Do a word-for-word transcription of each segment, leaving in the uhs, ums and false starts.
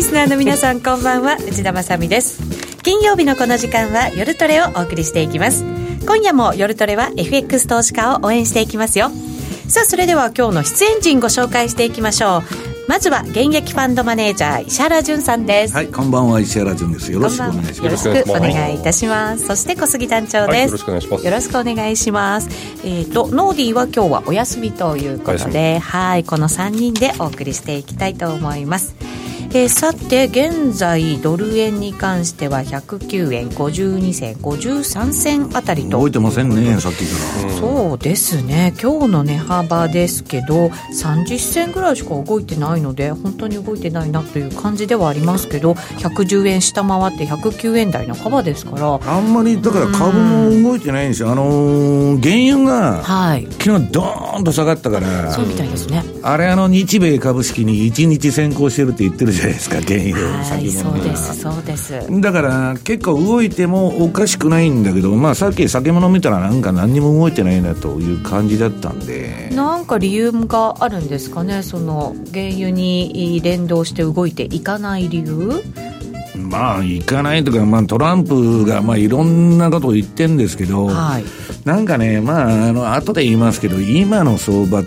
スナーの皆さんこんばんは、内田まさみです。金曜日のこの時間は夜トレをお送りしていきます。今夜も夜トレは エフエックス 投資家を応援していきますよ。さあ、それでは今日の出演陣ご紹介していきましょう。まずは現役ファンドマネージャー石原潤さんです。 はい、こんばんは、石原潤です。よろしくお願いします。 よろしくお願いいたします。そして小杉団長です、はい、よろしくお願いします。よろしくお願いします。えーとノーディーは今日はお休みということで、はい、このさんにんでお送りしていきたいと思います。えー、さて現在ドル円に関してはひゃくきゅうえんごじゅうにせんごじゅうさんせんあたりと動いてませんね、さっきから、 うん、そうですね。今日の値幅ですけどさんじゅっせんぐらいしか動いてないので本当に動いてないなという感じではありますけど、ひゃくじゅうえん下回ってひゃくきゅうえん台の幅ですから、 あんまりだから株も動いてないんですよ。あのー、原油が、はい、昨日ドーンと下がったから、 そうみたいですね。 あれ、あの日米株式にいちにち先行してるって言ってるじゃないですか、原油、 はい、そうですそうです。 だから結構動いてもおかしくないんだけど、まあ、さっき先物見たらなんか何にも動いてないなという感じだったんで、 なんか理由があるんですかね、その原油に連動して動いていかない理由。 まあいかないとか、まあ、トランプがまあいろんなことを言ってるんですけど、はい、なんかね、まあ、あの後で言いますけど、今の相場って、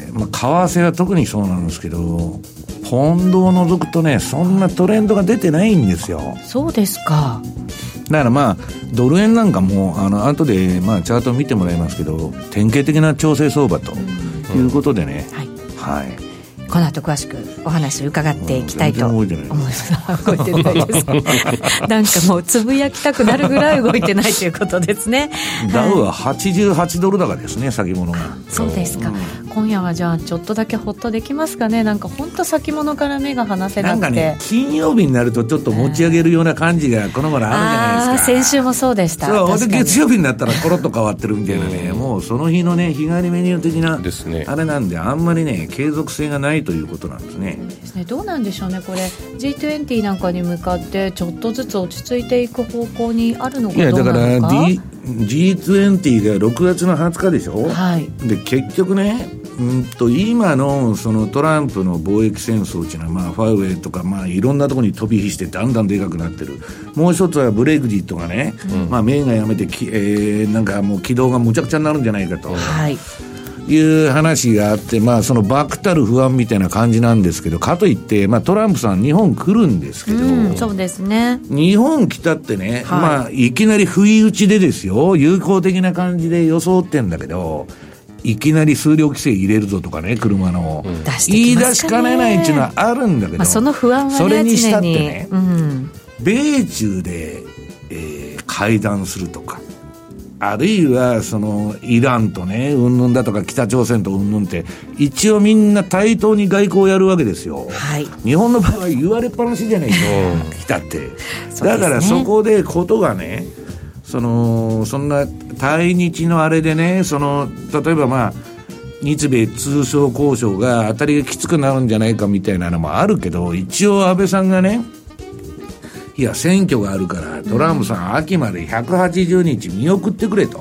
まあ、為替は特にそうなんですけど、ポンドを除くとね、そんなトレンドが出てないんですよ。 そうですか。 だからまあドル円なんかもあの後でまあチャートを見てもらいますけど、典型的な調整相場ということでね、うん、はい、はい、 この後詳しくお話伺っていきたいと思います。動いてないですなんかもうつぶやきたくなるぐらい動いてないということですね。 ダウははちじゅうはちドル高ですね、先物が。 そうですか、うん、今夜はじゃあちょっとだけホッとできますかね。なんか本当先物から目が離せなくて、 なんかね、金曜日になるとちょっと持ち上げるような感じがこの頃あるじゃないですか。 あ、先週もそうでした。 そうで月曜日になったらコロッと変わってるみたいなね、もうその日のね、日帰りメニュー的なあれなんで、あんまりね継続性がないということなんですね。 そうですね。どうなんでしょうね、これ ジートゥエンティー なんかに向かってちょっとずつ落ち着いていく方向にあるのかどうなのか。いやだから、D、 ジートゥエンティー がろくがつのはつかでしょ、はい、で結局ね、うんと今のそのトランプの貿易戦争っていうのは、まあファーウェイとか、まあいろんなところに飛び火してだんだんでかくなってる。もう一つはブレグジットがね、うん、まあメイがやめてき、えー、なんかもう軌道がむちゃくちゃになるんじゃないかと、はい、いう話があって、まあその漠たる不安みたいな感じなんですけど、かといって、まあトランプさん日本来るんですけど、 うん、そうですね。日本来たってね、はい、まあいきなり不意打ちでですよ、友好的な感じで装ってんだけど、いきなり数量規制入れるぞとかね、車の、うん、言い出しかねないっていうのはあるんだけど、 まあ、その不安はね、 それにしたってね、 うん、 米中で、えー、会談するとか、あるいはそのイランとねうんぬんだとか北朝鮮とうんぬんって一応みんな対等に外交をやるわけですよ、はい、日本の場合は言われっぱなしじゃないと来たって、だからそこでことがね、そのそんな対日のあれでね、その例えばまあ日米通商交渉が当たりがきつくなるんじゃないかみたいなのもあるけど、一応安倍さんがね、いや選挙があるからトランプさん秋までひゃくはちじゅうにち見送ってくれと、はい、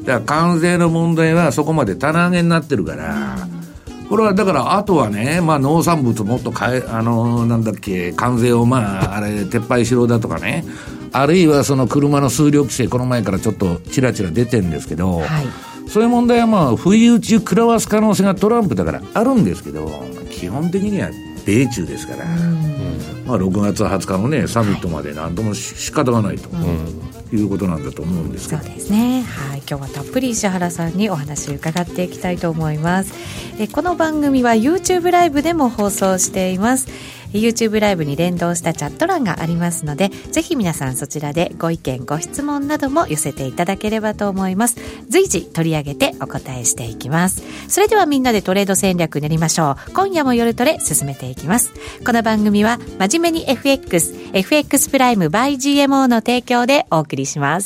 だから関税の問題はそこまで棚上げになってるから、これはだからあとはね、まあ農産物もっとかえあのなんだっけ関税をまああれ撤廃しろだとかね、あるいはその車の数量規制この前からちょっとチラチラ出てるんですけど、はい、そういう問題はまあ不意打ち食らわす可能性がトランプだからあるんですけど、基本的には米中ですから、うんまあ、ろくがつはつかのねサミットまで何とも仕方がないと、はい、いうことなんだと思うんですけど、 そうですね、はい、今日はたっぷり石原さんにお話を伺っていきたいと思います。えこの番組は YouTube ライブでも放送しています。 YouTube ライブに連動したチャット欄がありますので、ぜひ皆さんそちらでご意見ご質問なども寄せていただければと思います。随時取り上げてお答えしていきます。それではみんなでトレード戦略練りましょう。今夜も夜トレ進めていきます。この番組は真面目に エフエックス エフエックス プライム by ジーエムオー の提供でお送りします。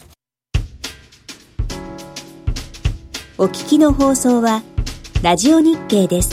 お聞きの放送はラジオ日経です。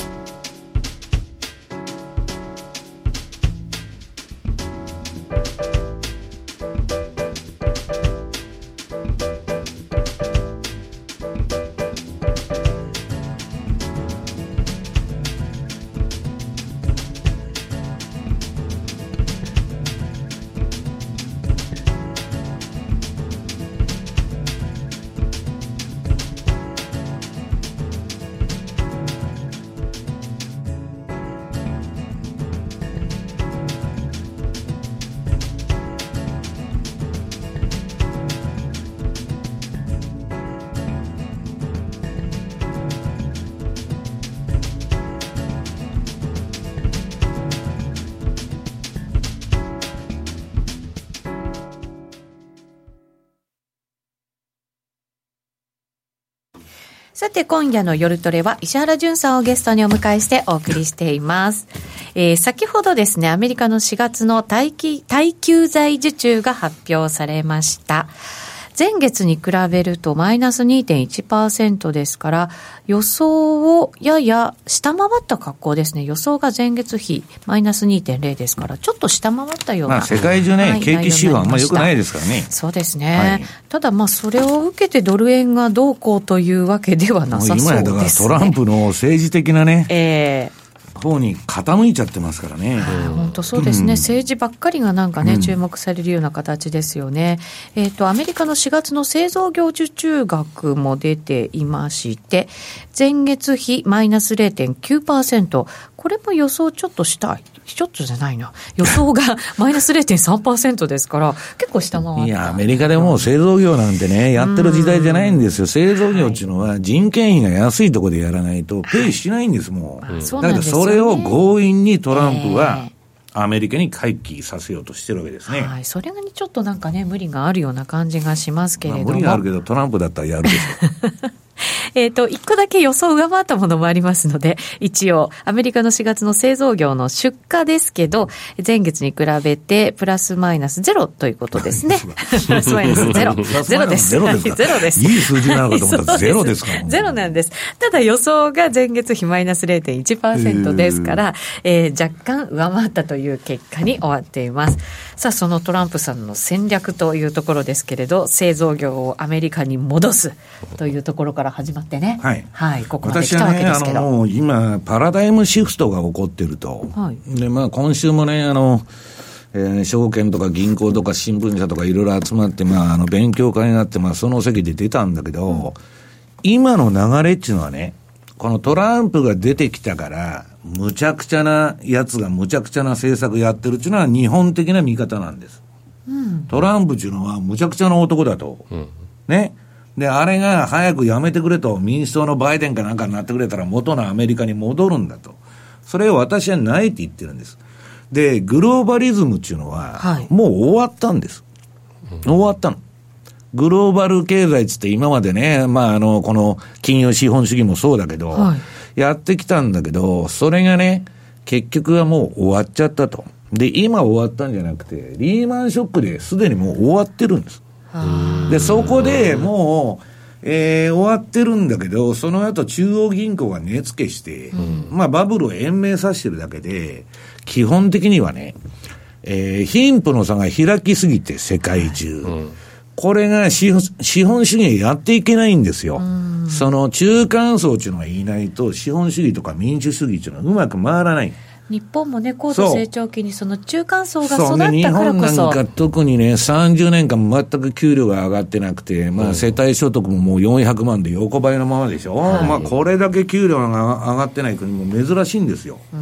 さて今夜の夜トレは石原潤さんをゲストにお迎えしてお送りしています、えー、先ほどですねアメリカのしがつの耐久財受注が発表されました。前月に比べるとマイナス にてんいちパーセント ですから予想をやや下回った格好ですね。予想が前月比マイナス にてんゼロ ですからちょっと下回ったような、 まあ、世界中ね、はい、景気指標はあんまり良くないですからね。 そうですね、はい、ただまあそれを受けてドル円がどうこうというわけではなさそうですね。 今やだからトランプの政治的なね、 えー方に傾いちゃってますからね。 本当そうですね、うん、政治ばっかりがなんかね、うん、注目されるような形ですよね。えーと、アメリカのしがつの製造業受注額も出ていまして前月比マイナス ゼロてんきゅうパーセント、 これも予想ちょっとしたいちょっとじゃないな予想がマイナス ゼロてんさんパーセント ですから結構下回った。 いやアメリカでもう製造業なんてねやってる時代じゃないんですよ。製造業っていうのは人件費が安いところでやらないとペイしないんですもん、はい、だからそれを強引にトランプはアメリカに回帰させようとしてるわけですね、 はい、それがちょっとなんかね無理があるような感じがしますけれども、まあ、 無理があるけどトランプだったらやるでしょえっと、いっこだけ予想を上回ったものもありますので、一応、アメリカのしがつの製造業の出荷ですけど、前月に比べて、プラスマイナスゼロということですね。プラスマイナスゼロ。ゼロです。 ゼロですか。 ゼロです。 いい数字なのかと思ったらゼロですか。 ゼロなんです。ただ予想が前月比マイナス ゼロてんいちパーセント ですから、えー、若干上回ったという結果に終わっています。さあ、そのトランプさんの戦略というところですけれど、製造業をアメリカに戻すというところから始まってね。 はい、 はい、ここまで来たわけですけど、 私はね、あのもう今パラダイムシフトが起こってると、はい、でまあ今週もねあの、えー、証券とか銀行とか新聞社とかいろいろ集まって、まあ、あの勉強会があって、まあ、その席で出たんだけど、うん、今の流れっていうのはねこのトランプが出てきたからむちゃくちゃなやつがむちゃくちゃな政策やってるっていうのは日本的な見方なんです、うん、トランプっていうのはむちゃくちゃな男だと、うん、ねで、あれが早くやめてくれと、民主党のバイデンかなんかになってくれたら元のアメリカに戻るんだと。それを私はないって言ってるんです。で、グローバリズムっていうのは、はい、もう終わったんです。終わったの。グローバル経済つって今までね、まあ、あの、この金融資本主義もそうだけど、はい、やってきたんだけど、それがね、結局はもう終わっちゃったと。で、今終わったんじゃなくて、リーマンショックですでにもう終わってるんです。でそこでもう、えー、終わってるんだけどその後中央銀行が値付けして、うんまあ、バブルを延命させてるだけで基本的にはね、えー、貧富の差が開きすぎて世界中、うん、これが資本、資本主義やっていけないんですよ、うん、その中間層っていうのがいないと資本主義とか民主主義っていうのはうまく回らない。 日本もね高度成長期にその中間層が育ったからこそ、そうね、日本なんか特にねさんじゅうねんかん全く給料が上がってなくて、まあ、世帯所得ももうよんひゃくまんで横ばいのままでしょ、はいまあ、これだけ給料が上がってない国も珍しいんですよ、うん、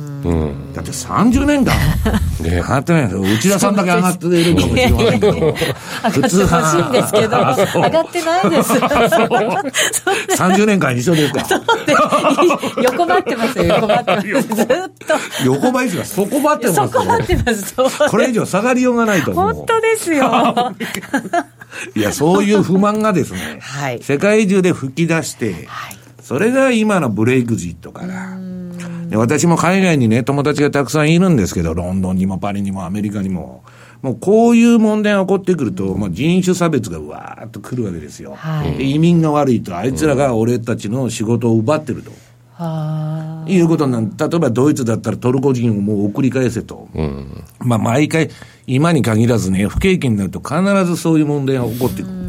だってさんじゅうねんかん上がってないんですよ。内田さんだけ上がっているかもしれませんけど上がってほしいんですけど上がってないですさんじゅうねんかん一緒ですか横ばってますよ横ばってますずっと横ばいですが底ばってます底ばってますこれ以上下がりようがないと思う。 本当ですよいやそういう不満がですね、はい、世界中で吹き出して、はい、それが今のブレイクジットからで私も海外にね友達がたくさんいるんですけどロンドンにもパリにもアメリカにももうこういう問題が起こってくると、まあ、人種差別がうわーっと来るわけですよ、はい、で移民が悪いとあいつらが俺たちの仕事を奪ってると、はあ、いうことなん例えばドイツだったらトルコ人をもう送り返せと、うんまあ、毎回今に限らずね不景気になると必ずそういう問題が起こってくる、うん、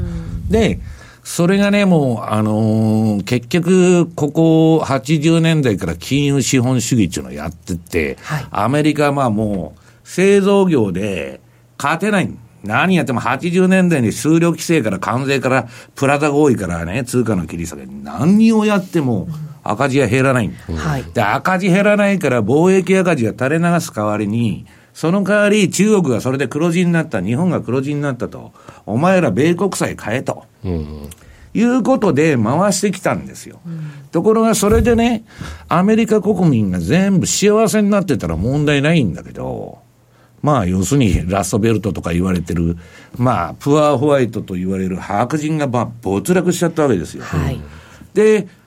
でそれがねもうあのー、結局ここはちじゅうねんだいから金融資本主義っていうのをやってって、はい、アメリカはまあもう製造業で勝てない。何やってもはちじゅうねんだいに数量規制から関税からプラザ合意からね通貨の切り下げ何をやっても赤字は減らない、うんはい、で赤字減らないから貿易赤字が垂れ流す代わりにその代わり中国がそれで黒字になった日本が黒字になったとお前ら米国債買えと、うん、いうことで回してきたんですよ、うん、ところがそれでねアメリカ国民が全部幸せになってたら問題ないんだけどまあ要するにラストベルトとか言われてるまあプアホワイトと言われる白人がまあ没落しちゃったわけですよ、はい、で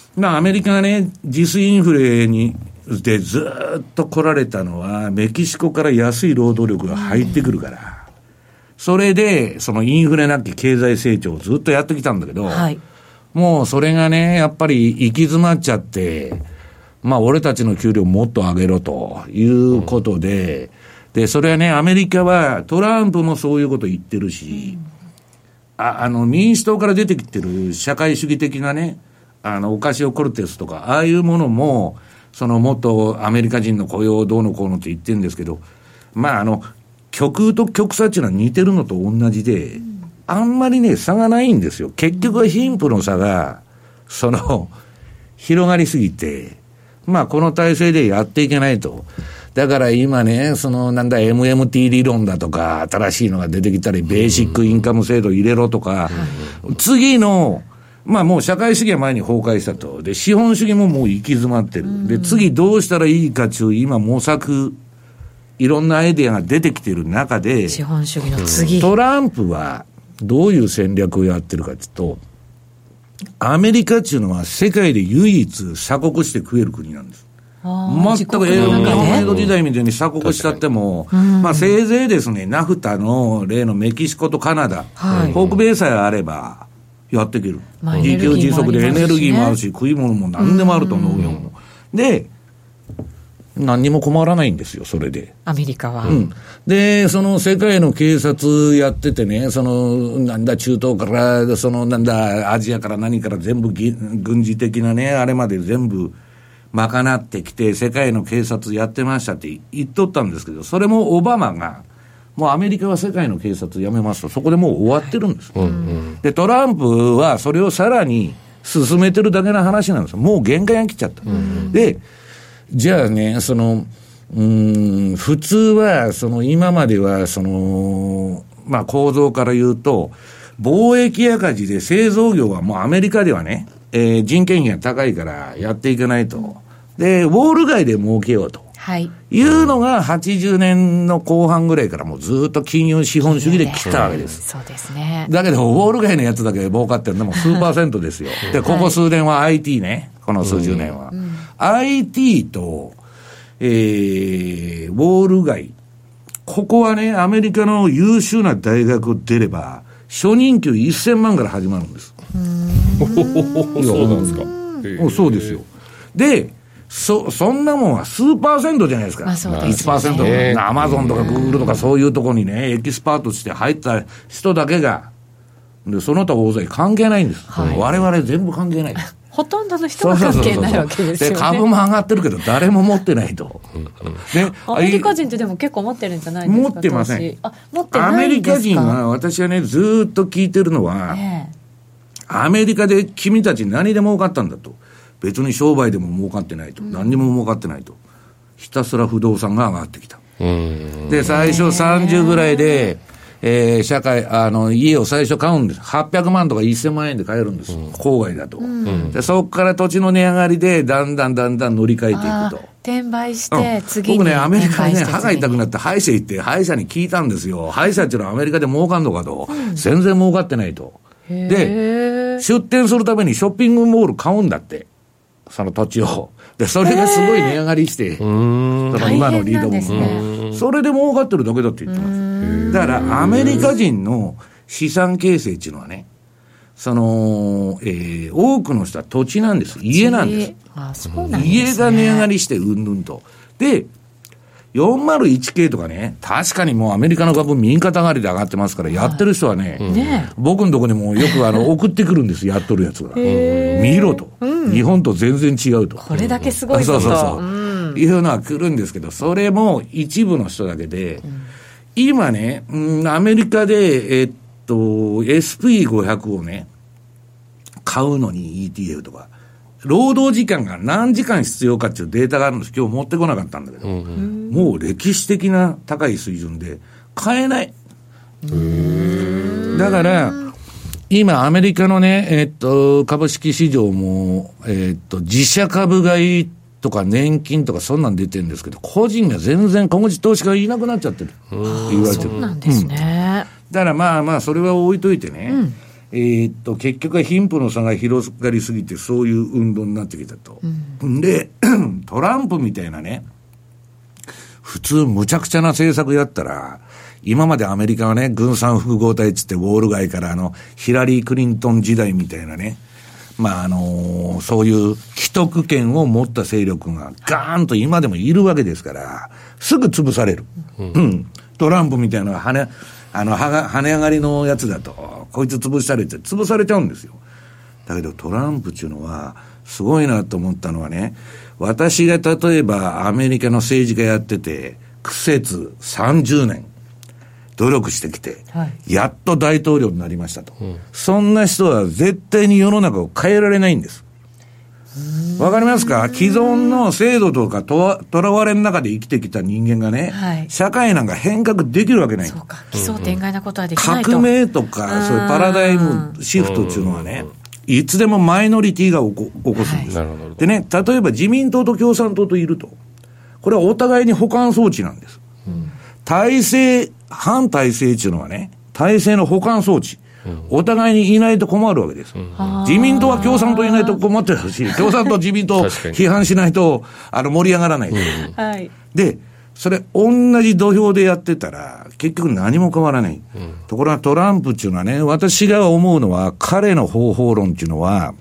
まあアメリカがね、自炊インフレに、でずっと来られたのは、メキシコから安い労働力が入ってくるから、うん、それで、そのインフレなき経済成長をずっとやってきたんだけど、はい、もうそれがね、やっぱり行き詰まっちゃって、まあ俺たちの給料もっと上げろということで、うん、で、それはね、アメリカはトランプもそういうこと言ってるし、うん、あ, あの民主党から出てきてる社会主義的なね、あのオカシオ・コルテスとか、ああいうものも、そのもっとアメリカ人の雇用をどうのこうのって言ってるんですけど、まああの、極右と極左っていうのは似てるのと同じで、うん、あんまりね、差がないんですよ。結局は貧富の差が、その、広がりすぎて、まあこの体制でやっていけないと。だから今ね、そのなんだ エムエムティー 理論だとか、新しいのが出てきたり、ベーシックインカム制度入れろとか、うん、次の、まあもう社会主義は前に崩壊したと。で、資本主義ももう行き詰まってる。で、次どうしたらいいかっていう、今模索、いろんなアイデアが出てきている中で、 資本主義の次。 トランプはどういう戦略をやってるかというと、アメリカっていうのは世界で唯一鎖国して食える国なんです。全く江戸時代みたいに鎖国したっても、まあせいぜいですね、ナフタの例のメキシコとカナダ、はい、北米さえあればやっていける。 まあ、 自給自足でエネルギーもあるし、食い物も何でもあると思うよ。で、何にも困らないんですよ、それで。 アメリカは。 うん。で、その世界の警察やっててね、その、なんだ、中東から、その、なんだ、アジアから何から全部軍事的なね、あれまで全部賄ってきて、世界の警察やってましたって言っとったんですけど、それもオバマが、もうアメリカは世界の警察やめますと、そこでもう終わってるんです。はい、うんうん、で、トランプはそれをさらに進めてるだけの話なんですよ。もう限界が来ちゃった。うんうん、で、じゃあね、その、うーん、普通は、その今までは、その、まあ構造から言うと、貿易赤字で製造業はもうアメリカではね、えー、人件費が高いからやっていけないと。で、ウォール街で儲けようと。はい。いうのがはちじゅうねんの後半ぐらいからもうずっと金融資本主義で来たわけです。 そうですね。 だけど、ウォール街のやつだけで儲かってるのも数パーセントですよ。で、ここ数年は アイティー ね。この数十年は。うんうん、アイティー と、えー、ウォール街。ここはね、アメリカの優秀な大学を出れば、初任給せんまんから始まるんです。 うーんそうなんですか。 そうですよ。で、そ、そんなもんは数パーセントじゃないですか。まあそうですね、いちパーセント。アマゾンとかグーグルとかそういうところにね、エキスパートして入った人だけが、で、その他大勢関係ないんです。はい、我々全部関係ないです。 ほとんどの人が関係ないわけですよね。 で、株も上がってるけど、誰も持ってないと。 で、アメリカ人ってでも結構持ってるんじゃないですか。 持ってません。 あ、持ってないんですか。 アメリカ人は、私はね、ずーっと聞いてるのは、えー、アメリカで君たち何で儲かったんだと。別に商売でも儲かってないと、うん、何にも儲かってないと、ひたすら不動産が上がってきた。うんで、最初さんじゅうぐらいで、えー、社会、あの、家を最初買うんです。はっぴゃくまんとかせんまん円で買えるんです。うん、郊外だと、うん、で。そこから土地の値上がりで、だんだんだんだん乗り換えていくと。 転売して、次に、 うん。僕ね、アメリカにね、歯が痛くなって歯医者行って、歯医者に聞いたんですよ。歯医者っていうのはアメリカで儲かんのかと。うん、全然儲かってないと。で、出店するためにショッピングモール買うんだって。その土地を。で、それがすごい値上がりして、その今のリードも、ね、それで儲かってるだけだって言ってます。だから、アメリカ人の資産形成っていうのはね、その、えー、多くの人は土地なんです。家なんです。 あ、そうなんですね。 家が値上がりして、うんぬんと。で、よんまるいちケー とかね、確かにもうアメリカの株右肩上がりで上がってますから、やってる人はね、はいね僕のところにもよくあの送ってくるんです、やっとるやつが。見ろと、うん。日本と全然違うと。 これだけすごいこと。 そうそうそう。うん、いうのは来るんですけど、それも一部の人だけで、うん、今ね、うん、アメリカで、えっと、エスピーごひゃく をね、買うのに イーティーエフ とか、労働時間が何時間必要かっていうデータがあるんです。今日持ってこなかったんだけど、うんうん、もう歴史的な高い水準で買えない。だから今アメリカのね、えっと株式市場もえっと自社株買いとか年金とかそんなん出てるんですけど、個人が全然小口投資家がいなくなっちゃってる。 言われてる。そうなんですね。 うん、だからまあまあそれは置いといてね。うんえー、っと結局は貧富の差が広がりすぎてそういう運動になってきたと、うん、でトランプみたいなね普通むちゃくちゃな政策やったら今までアメリカはね軍産複合体つってウォール街からあのヒラリー・クリントン時代みたいなねまああのー、そういう既得権を持った勢力がガーンと今でもいるわけですからすぐ潰される、うんうん、トランプみたいな跳ねあの跳ね上がりのやつだとこいつ潰されて潰されちゃうんですよ。だけどトランプっていうのはすごいなと思ったのはね私が例えばアメリカの政治家やってて苦節さんじゅうねん努力してきて、はい、やっと大統領になりましたと、うん、そんな人は絶対に世の中を変えられないんです。わかりますか？既存の制度とかとらわれの中で生きてきた人間がね、はい、社会なんか変革できるわけない。 そうか、奇想天外なことはできないと。 革命とかそういうパラダイムシフトっていうのはねいつでもマイノリティが起 こ, 起こすんです、はい、でね例えば自民党と共産党といるとこれはお互いに補完装置なんです、うん、体制反体制っていうのはね体制の補完装置、うん、お互いにいないと困るわけです、うん、自民党は共産党いないと困ってるし共産党自民党批判しないとあの盛り上がらない、うんはい、でそれ同じ土俵でやってたら結局何も変わらない、うん、ところがトランプっていうのはね私が思うのは彼の方法論っていうのは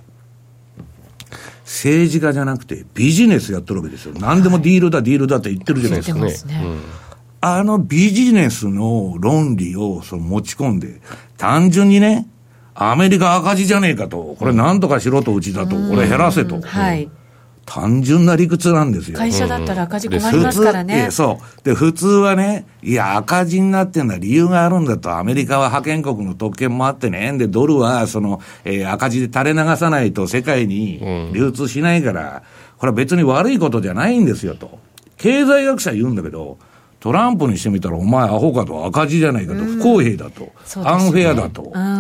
政治家じゃなくてビジネスやってるわけですよ。何でもディールだ、はい、ディールだって言ってるじゃないですかね、ねうん、あのビジネスの論理をその持ち込んで単純にねアメリカ赤字じゃねえかとこれ何とかしろとうちだとこれ減らせと、はい単純な理屈なんですよ。 会社だったら赤字困りますからね。 でそうで普通はねいや赤字になってるのは理由があるんだとアメリカは覇権国の特権もあってねでドルはその、えー、赤字で垂れ流さないと世界に流通しないから、うん、これは別に悪いことじゃないんですよと経済学者言うんだけどトランプにしてみたらお前アホかと赤字じゃないかと、うん、不公平だと、ね、アンフェアだと、うん、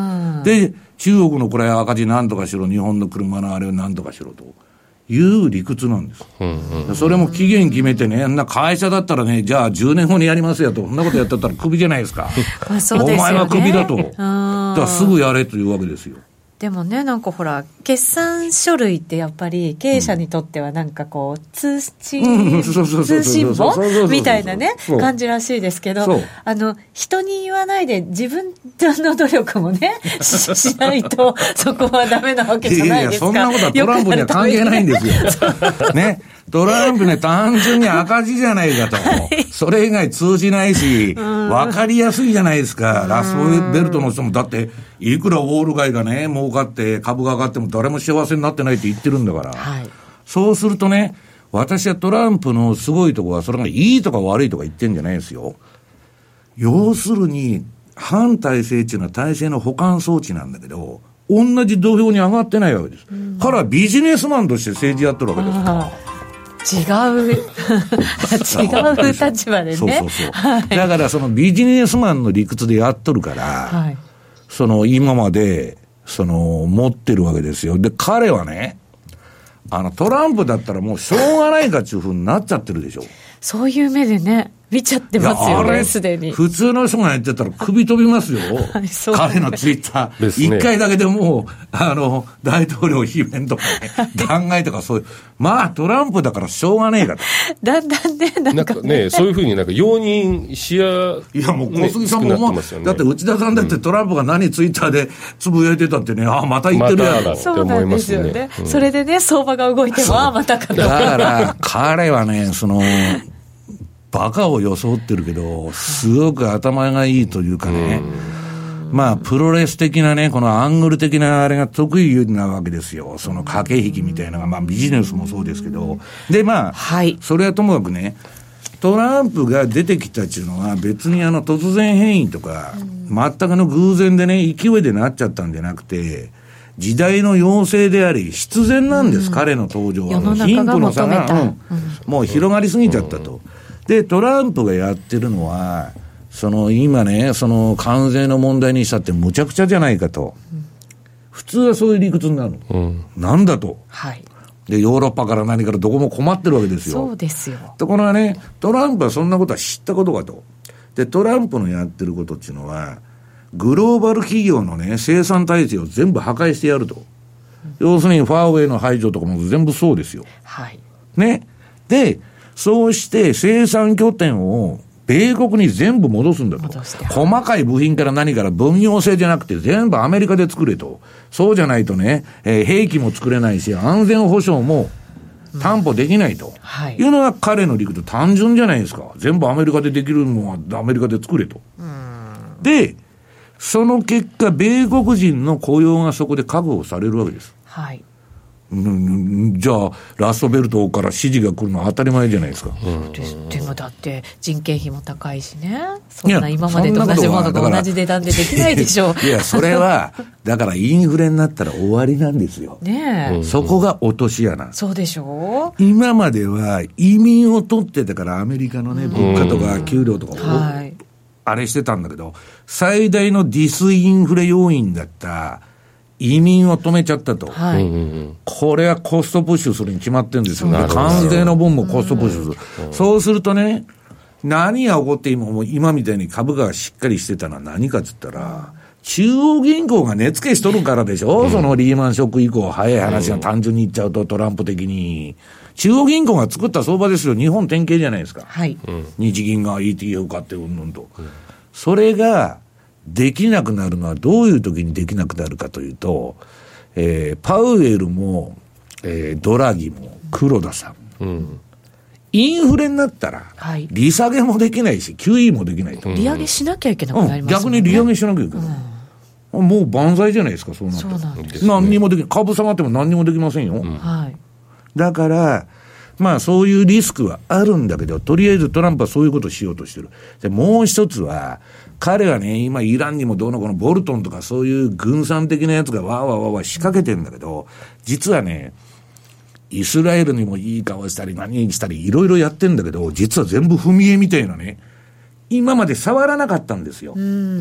で中国のこれ赤字なんとかしろ日本の車のあれをなんとかしろという理屈なんです、うんうん、それも期限決めてねな会社だったらねじゃあじゅうねんごにやりますよとそんなことやってたらクビじゃないですかまあそうですよね、お前はクビだとだからすぐやれというわけですよ。 でもねなんかほら決算書類ってやっぱり経営者にとってはなんかこう通信通信簿みたいなね感じらしいですけどあの人に言わないで自分の努力もね し, しないとそこはダメなわけじゃないですか。いやいやそんなことはトランプには関係ないんですよねトランプね単純に赤字じゃないかと、はい、それ以外通じないし分かりやすいじゃないですか。ラスベルトの人もだっていくらウォール街がね儲かって株が上がっても誰も幸せになってないって言ってるんだから、はい、そうするとね私はトランプのすごいところはそれがいいとか悪いとか言ってんじゃないですよ。要するに反体制っていうのは体制の補完装置なんだけど同じ土俵に上がってないわけです、うん、からビジネスマンとして政治やってるわけですから違う違う立場でねそうそうそう、はい、だからそのビジネスマンの理屈でやっとるから、はい、その今までその持ってるわけですよ。で彼はねあのトランプだったらもうしょうがないかっていう風になっちゃってるでしょ。 そういう目でね見ちゃってますよねすでに。普通の人がやってたら首飛びますよ、はい、そう彼のツイッター一、ね、回だけでもうあの大統領罷免とかね弾劾とかそういうまあトランプだからしょうがねえかとだんだんねなんか ね, なんかねそういうふうになんか容認しやいやもう小杉さんも思う、ね、だって内田さんだってトランプが何ツイッターでつぶやいてたってねあまた言ってるやろ、ま、 そうなんですよね、うん、それでね相場が動いてもあまたかとだから彼はねそのバカを装ってるけどすごく頭がいいというかね、まあプロレス的なねこのアングル的なあれが得意なわけですよ。その駆け引きみたいなのがまあビジネスもそうですけどでまあ、はい、それはともかくねトランプが出てきたっていうのは別にあの突然変異とか全くの偶然でね勢いでなっちゃったんじゃなくて時代の要請であり必然なんです、うん、彼の登場は貧富の差が、うん、もう広がりすぎちゃったと、うんでトランプがやってるのはその今ねその関税の問題にしたってむちゃくちゃじゃないかと、うん、普通はそういう理屈になる、うん、なんだと、はい、でヨーロッパから何からどこも困ってるわけですよ。 そうですよ。 ところがねトランプはそんなことは知ったことかとでトランプのやってることっていうのはグローバル企業のね、生産体制を全部破壊してやると。うん、要するにファーウェイの排除とかも全部そうですよ。 はい。 ね。で、そうして生産拠点を米国に全部戻すんだと。細かい部品から何から分業制じゃなくて全部アメリカで作れと。そうじゃないとね、えー、兵器も作れないし、安全保障も担保できないと、うん、はい、いうのが彼の理屈。単純じゃないですか。全部アメリカでできるのはアメリカで作れと。うん、で、その結果、米国人の雇用がそこで確保されるわけです。 はい。 うん、じゃあラストベルトから指示が来るのは当たり前じゃないですか。 そうです。でもだって人件費も高いしね。そんな今までと同じものが同じ値段でできないでしょう。 いや、それはだからインフレになったら終わりなんですよ。 ねえ、うん、 そこが落とし穴。 そうでしょう。 今までは移民を取ってたからアメリカのね、物価とか給料とかを、はい、あれしてたんだけど、最大のディスインフレ要因だった移民を止めちゃったと、はい、これはコストプッシュするに決まってるんですよ。関税の分もコストプッシュする、うん、そうするとね、何が起こって今も今みたいに株価がしっかりしてたのは何かって言ったら、中央銀行が値付けしとるからでしょ、うん、そのリーマンショック以降、早い話が単純に言っちゃうと、トランプ的に中央銀行が作った相場ですよ。日本典型じゃないですか、 はい、 日銀が イーティーエフ 買ってうんぬんと、うん、それができなくなるのはどういう時にできなくなるかというと、えー、パウエルも、えー、ドラギも黒田さん、うん、インフレになったら、はい、利下げもできないし キューイー もできないと、 利上げしなきゃいけなくなりますもんね、 うん、逆に利上げしなきゃいけない、うん、もう万歳じゃないですか。そうなってそうなんですね。 何にもできない。株下がっても何にもできませんよ、うん、 はい、 だからまあそういうリスクはあるんだけど、とりあえずトランプはそういうことをしようとしてる。でもう一つは、彼はね、今イランにもどうのこのボルトンとかそういう軍産的なやつがわーわーわーわー仕掛けてんだけど、実はね、イスラエルにもいい顔したり何したりいろいろやってんだけど、実は全部踏み絵みたいなね、今まで触らなかったんですよ。うん、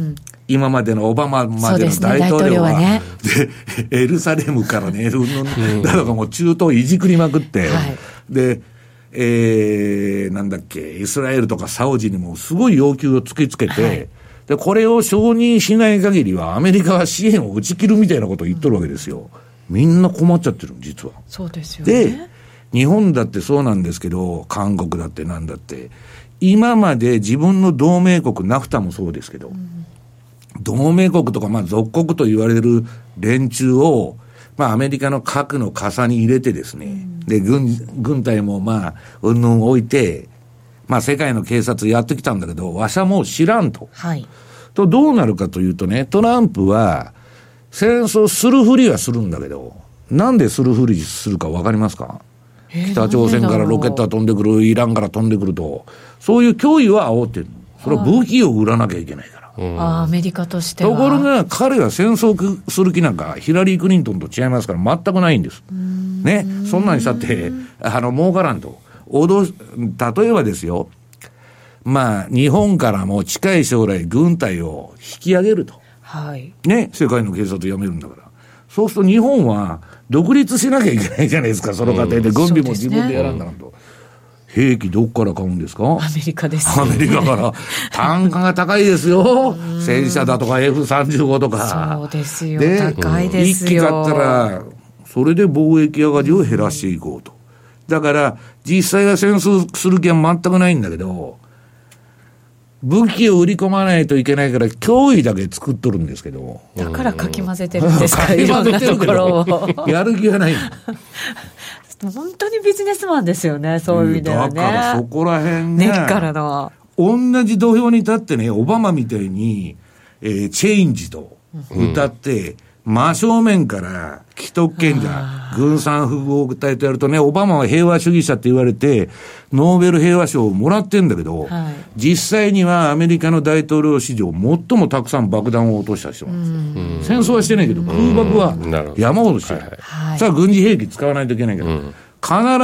今までのオバマまでの大統領は、で、ね、でエルサレムからね、だからもう中東いじくりまくって、はい、で、えー、なんだっけ、イスラエルとかサウジにもすごい要求を突きつけて、はい、で、これを承認しない限りはアメリカは支援を打ち切るみたいなことを言っとるわけですよ。みんな困っちゃってる、実は。 そうですよね。 で、日本だってそうなんですけど、韓国だってなんだって、今まで自分の同盟国、ナフタもそうですけど、うん、同盟国とか、まあ、属国と言われる連中を、まあ、アメリカの核の傘に入れてですね、うん、で、軍、軍隊もまあ、うんぬん置いて、まあ、世界の警察やってきたんだけど、わしはもう知らんと。 はい。 と、どうなるかというとね、トランプは、戦争するふりはするんだけど、なんでするふりするかわかりますか？北朝鮮からロケットが飛んでくる、イランから飛んでくると、そういう脅威は煽ってる。それは武器を売らなきゃいけないから。 ああ、アメリカとしては。 ところが、彼は戦争する気なんか、ヒラリー・クリントンと違いますから、全くないんです。ね。そんなにしたって、あの、儲からんと。脅、例えばですよ、まあ、日本からも近い将来、軍隊を引き上げると。 はい。 ね。世界の警察をやめるんだから。そうすると日本は、独立しなきゃいけないじゃないですか、その過程で。軍備も自分でやらんだなんと。兵器どっから買うんですか？ アメリカですよね。 アメリカから。単価が高いですよ。戦車だとか エフさんじゅうご とか。 そうですよ。高いですよ。 一機買ったら、それで貿易上がりを減らしていこうと。だから、実際は戦争する気は全くないんだけど、武器を売り込まないといけないから脅威だけ作っとるんですけど。 だからかき混ぜてるんですか、いろんなところを。 やる気がない。 本当にビジネスマンですよね、そういう意味ではね。 だからそこら辺ね。 根っからの。 同じ土俵に立ってね、オバマみたいに、えー、チェンジと歌って、うん、真正面から既得権者、軍産複合体とやるとね、オバマは平和主義者って言われて、ノーベル平和賞をもらってんだけど、はい、実際にはアメリカの大統領史上最もたくさん爆弾を落とした人なんです。戦争はしてないけど、空爆は山ほどしてる。はい、さあ軍事兵器使わないといけないから、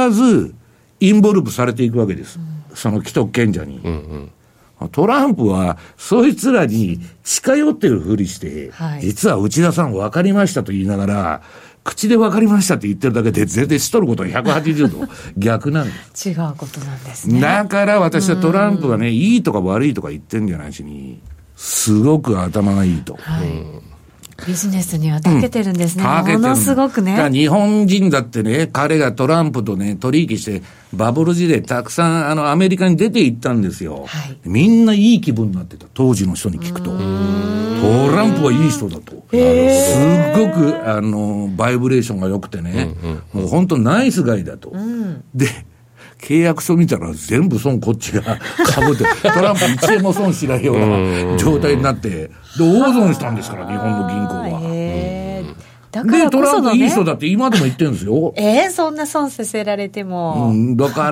必ずインボルブされていくわけです。その既得権者に。うんうんトランプは、そいつらに近寄ってるふりして、はい、実は内田さん分かりましたと言いながら、口で分かりましたって言ってるだけで、全然しとることはひゃくはちじゅうど逆なんです。 違うことなんですね。 だから私はトランプがね、いいとか悪いとか言ってんじゃないしに、 すごく頭がいいと。 はい、ビジネスには長けてるんですね。 長けてるものすごくね。 だから日本人だってね、彼がトランプとね、取引して、バブル時代たくさんあのアメリカに出て行ったんですよ。はい、みんないい気分になってた。当時の人に聞くと。トランプはいい人だと。すっごくあの、バイブレーションが良くてね、うんうんうん、もう本当ナイスガイだと。うん、で、契約書見たら全部損こっちが被って、トランプいちえんも損しないような状態になって、で、大損したんですから、日本の銀行は。 へー、だからこそのね、 で、トランプいい人だって今でも言ってるんですよ。 えー、そんな損させられても。 うん、だから、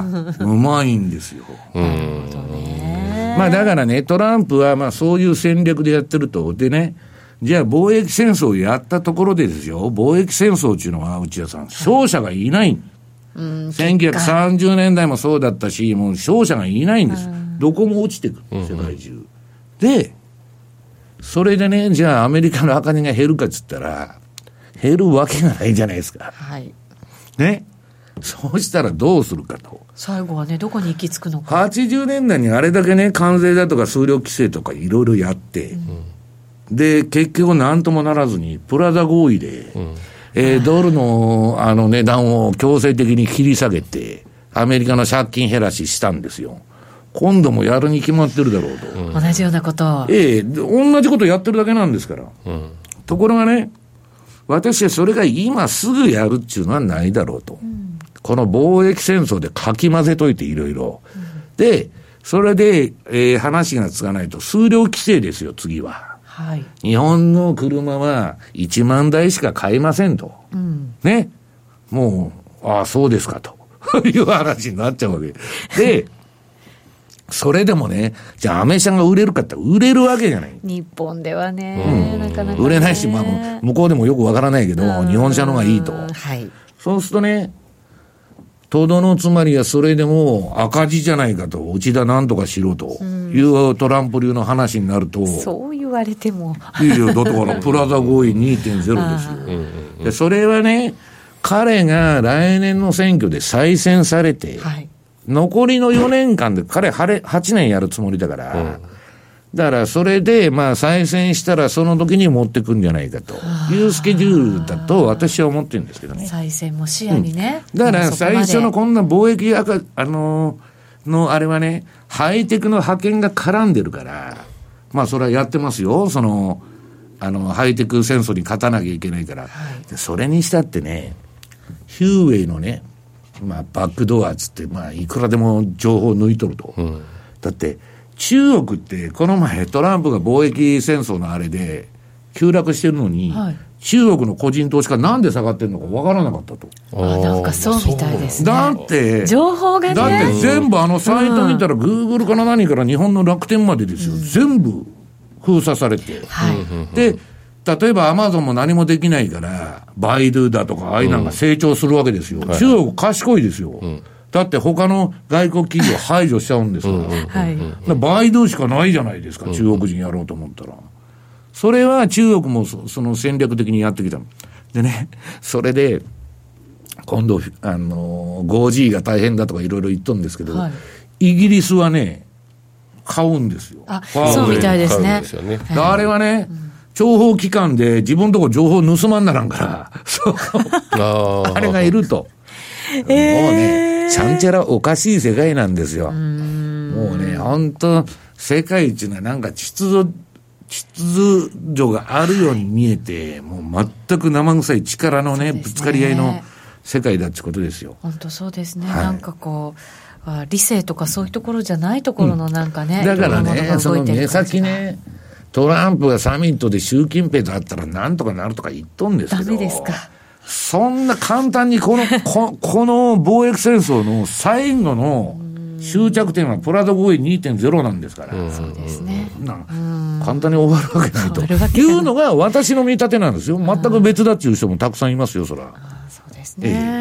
うまいんですよ。 なるほどね。 まあだからね、トランプはまあそういう戦略でやってると。でね、じゃあ貿易戦争をやったところでですよ、貿易戦争っていうのは内田さん、勝者がいない。うん、せんきゅうひゃくさんじゅうねんだいもそうだったし、もう勝者がいないんです。どこも落ちてくる、世界中。うんうん、で、それでね、じゃあアメリカの赤値が減るかっつったら、減るわけがないじゃないですか。 はい。 ね。そうしたらどうするかと。 最後はね、どこに行き着くのか。 はちじゅうねんだいにあれだけね、関税だとか数量規制とかいろいろやって、うん、で、結局なんともならずに、プラザ合意で、うんえー、ドルのあの値段を強制的に切り下げて、アメリカの借金減らししたんですよ。今度もやるに決まってるだろうと。 うん、同じようなことを。 ええー、同じことやってるだけなんですから。うん、ところがね、私はそれが今すぐやるっていうのはないだろうと。うん、この貿易戦争でかき混ぜといていろいろ。で、それで、えー、話がつかないと、数量規制ですよ、次は。はい、日本の車はいちまんだいしか買えませんと。うん、ね。もう、ああ、そうですかと。いう話になっちゃうわけ。で、それでもね、じゃあアメ車が売れるかって売れるわけじゃない。 日本ではね、うん、なかなか、ね、 売れないし、まあ、向こうでもよくわからないけど、日本車の方がいいと。はい、そうするとね、とどのつまりはそれでも赤字じゃないかと、内田なんとかしろというトランプ流の話になると、うん、 そう言われてもいいよ、だからプラザ合意 にてんゼロ ですよ。でそれはね、彼が来年の選挙で再選されて、はい、残りのよねんかんで彼はちねんやるつもりだから、うん、だからそれでまあ再選したらその時に持ってくんじゃないかというスケジュールだと私は思ってるんですけどね。 再選も視野にね、 うん、だから最初のこんな貿易赤あののあれはね、ハイテクの覇権が絡んでるから、まあそれはやってますよ。そのあのハイテク戦争に勝たなきゃいけないから、はい、でそれにしたってね、ヒューウェイのね、まあバックドアつってまあいくらでも情報を抜いとると、うん、だって中国ってこの前トランプが貿易戦争のあれで急落してるのに、はい、中国の個人投資家なんで下がってるのかわからなかったと。 あ、なんかそうみたいですね。 だって情報がね、 だって全部あのサイト見たら、うん、グーグルから何から日本の楽天までですよ、うん、全部封鎖されて、はい、で例えばアマゾンも何もできないからバイドゥだとかああいうのが成長するわけですよ、うん、中国賢いですよ、うん、だって他の外国企業排除しちゃうんですから、はい、バイドゥしかないじゃないですか、中国人やろうと思ったら。それは中国も そ, その戦略的にやってきたでね。それで今度あの ファイブジー が大変だとかいろいろ言っとるんですけど、はい、イギリスはね買うんですよ。 あ、そうみたいですね。 ですよね。あれはね、うん、諜報機関で自分のとこ情報盗まんならんからそうあ, あれがいると、えー、もうねちゃんちゃらおかしい世界なんですよ。うーん、もうね本当世界一のなんか秩序秩序があるように見えて、もう全く生臭い力の ね, ねぶつかり合いの世界だってことですよ。 本当そうですね、はい、なんかこう理性とかそういうところじゃないところのなんかね、 うん、だからね、その目先ね、トランプがサミットで習近平と会ったらなんとかなるとか言っとんですけど、 ダメですか。 そんな簡単にこのこ, この貿易戦争の最後の終着点はプラザ合意 にてんゼロ なんですから、うん、 そうですね、 な簡単に終わるわけないというのが私の見立てなんですよ。全く別だっていう人もたくさんいますよ、そら。 あ、そうですね、え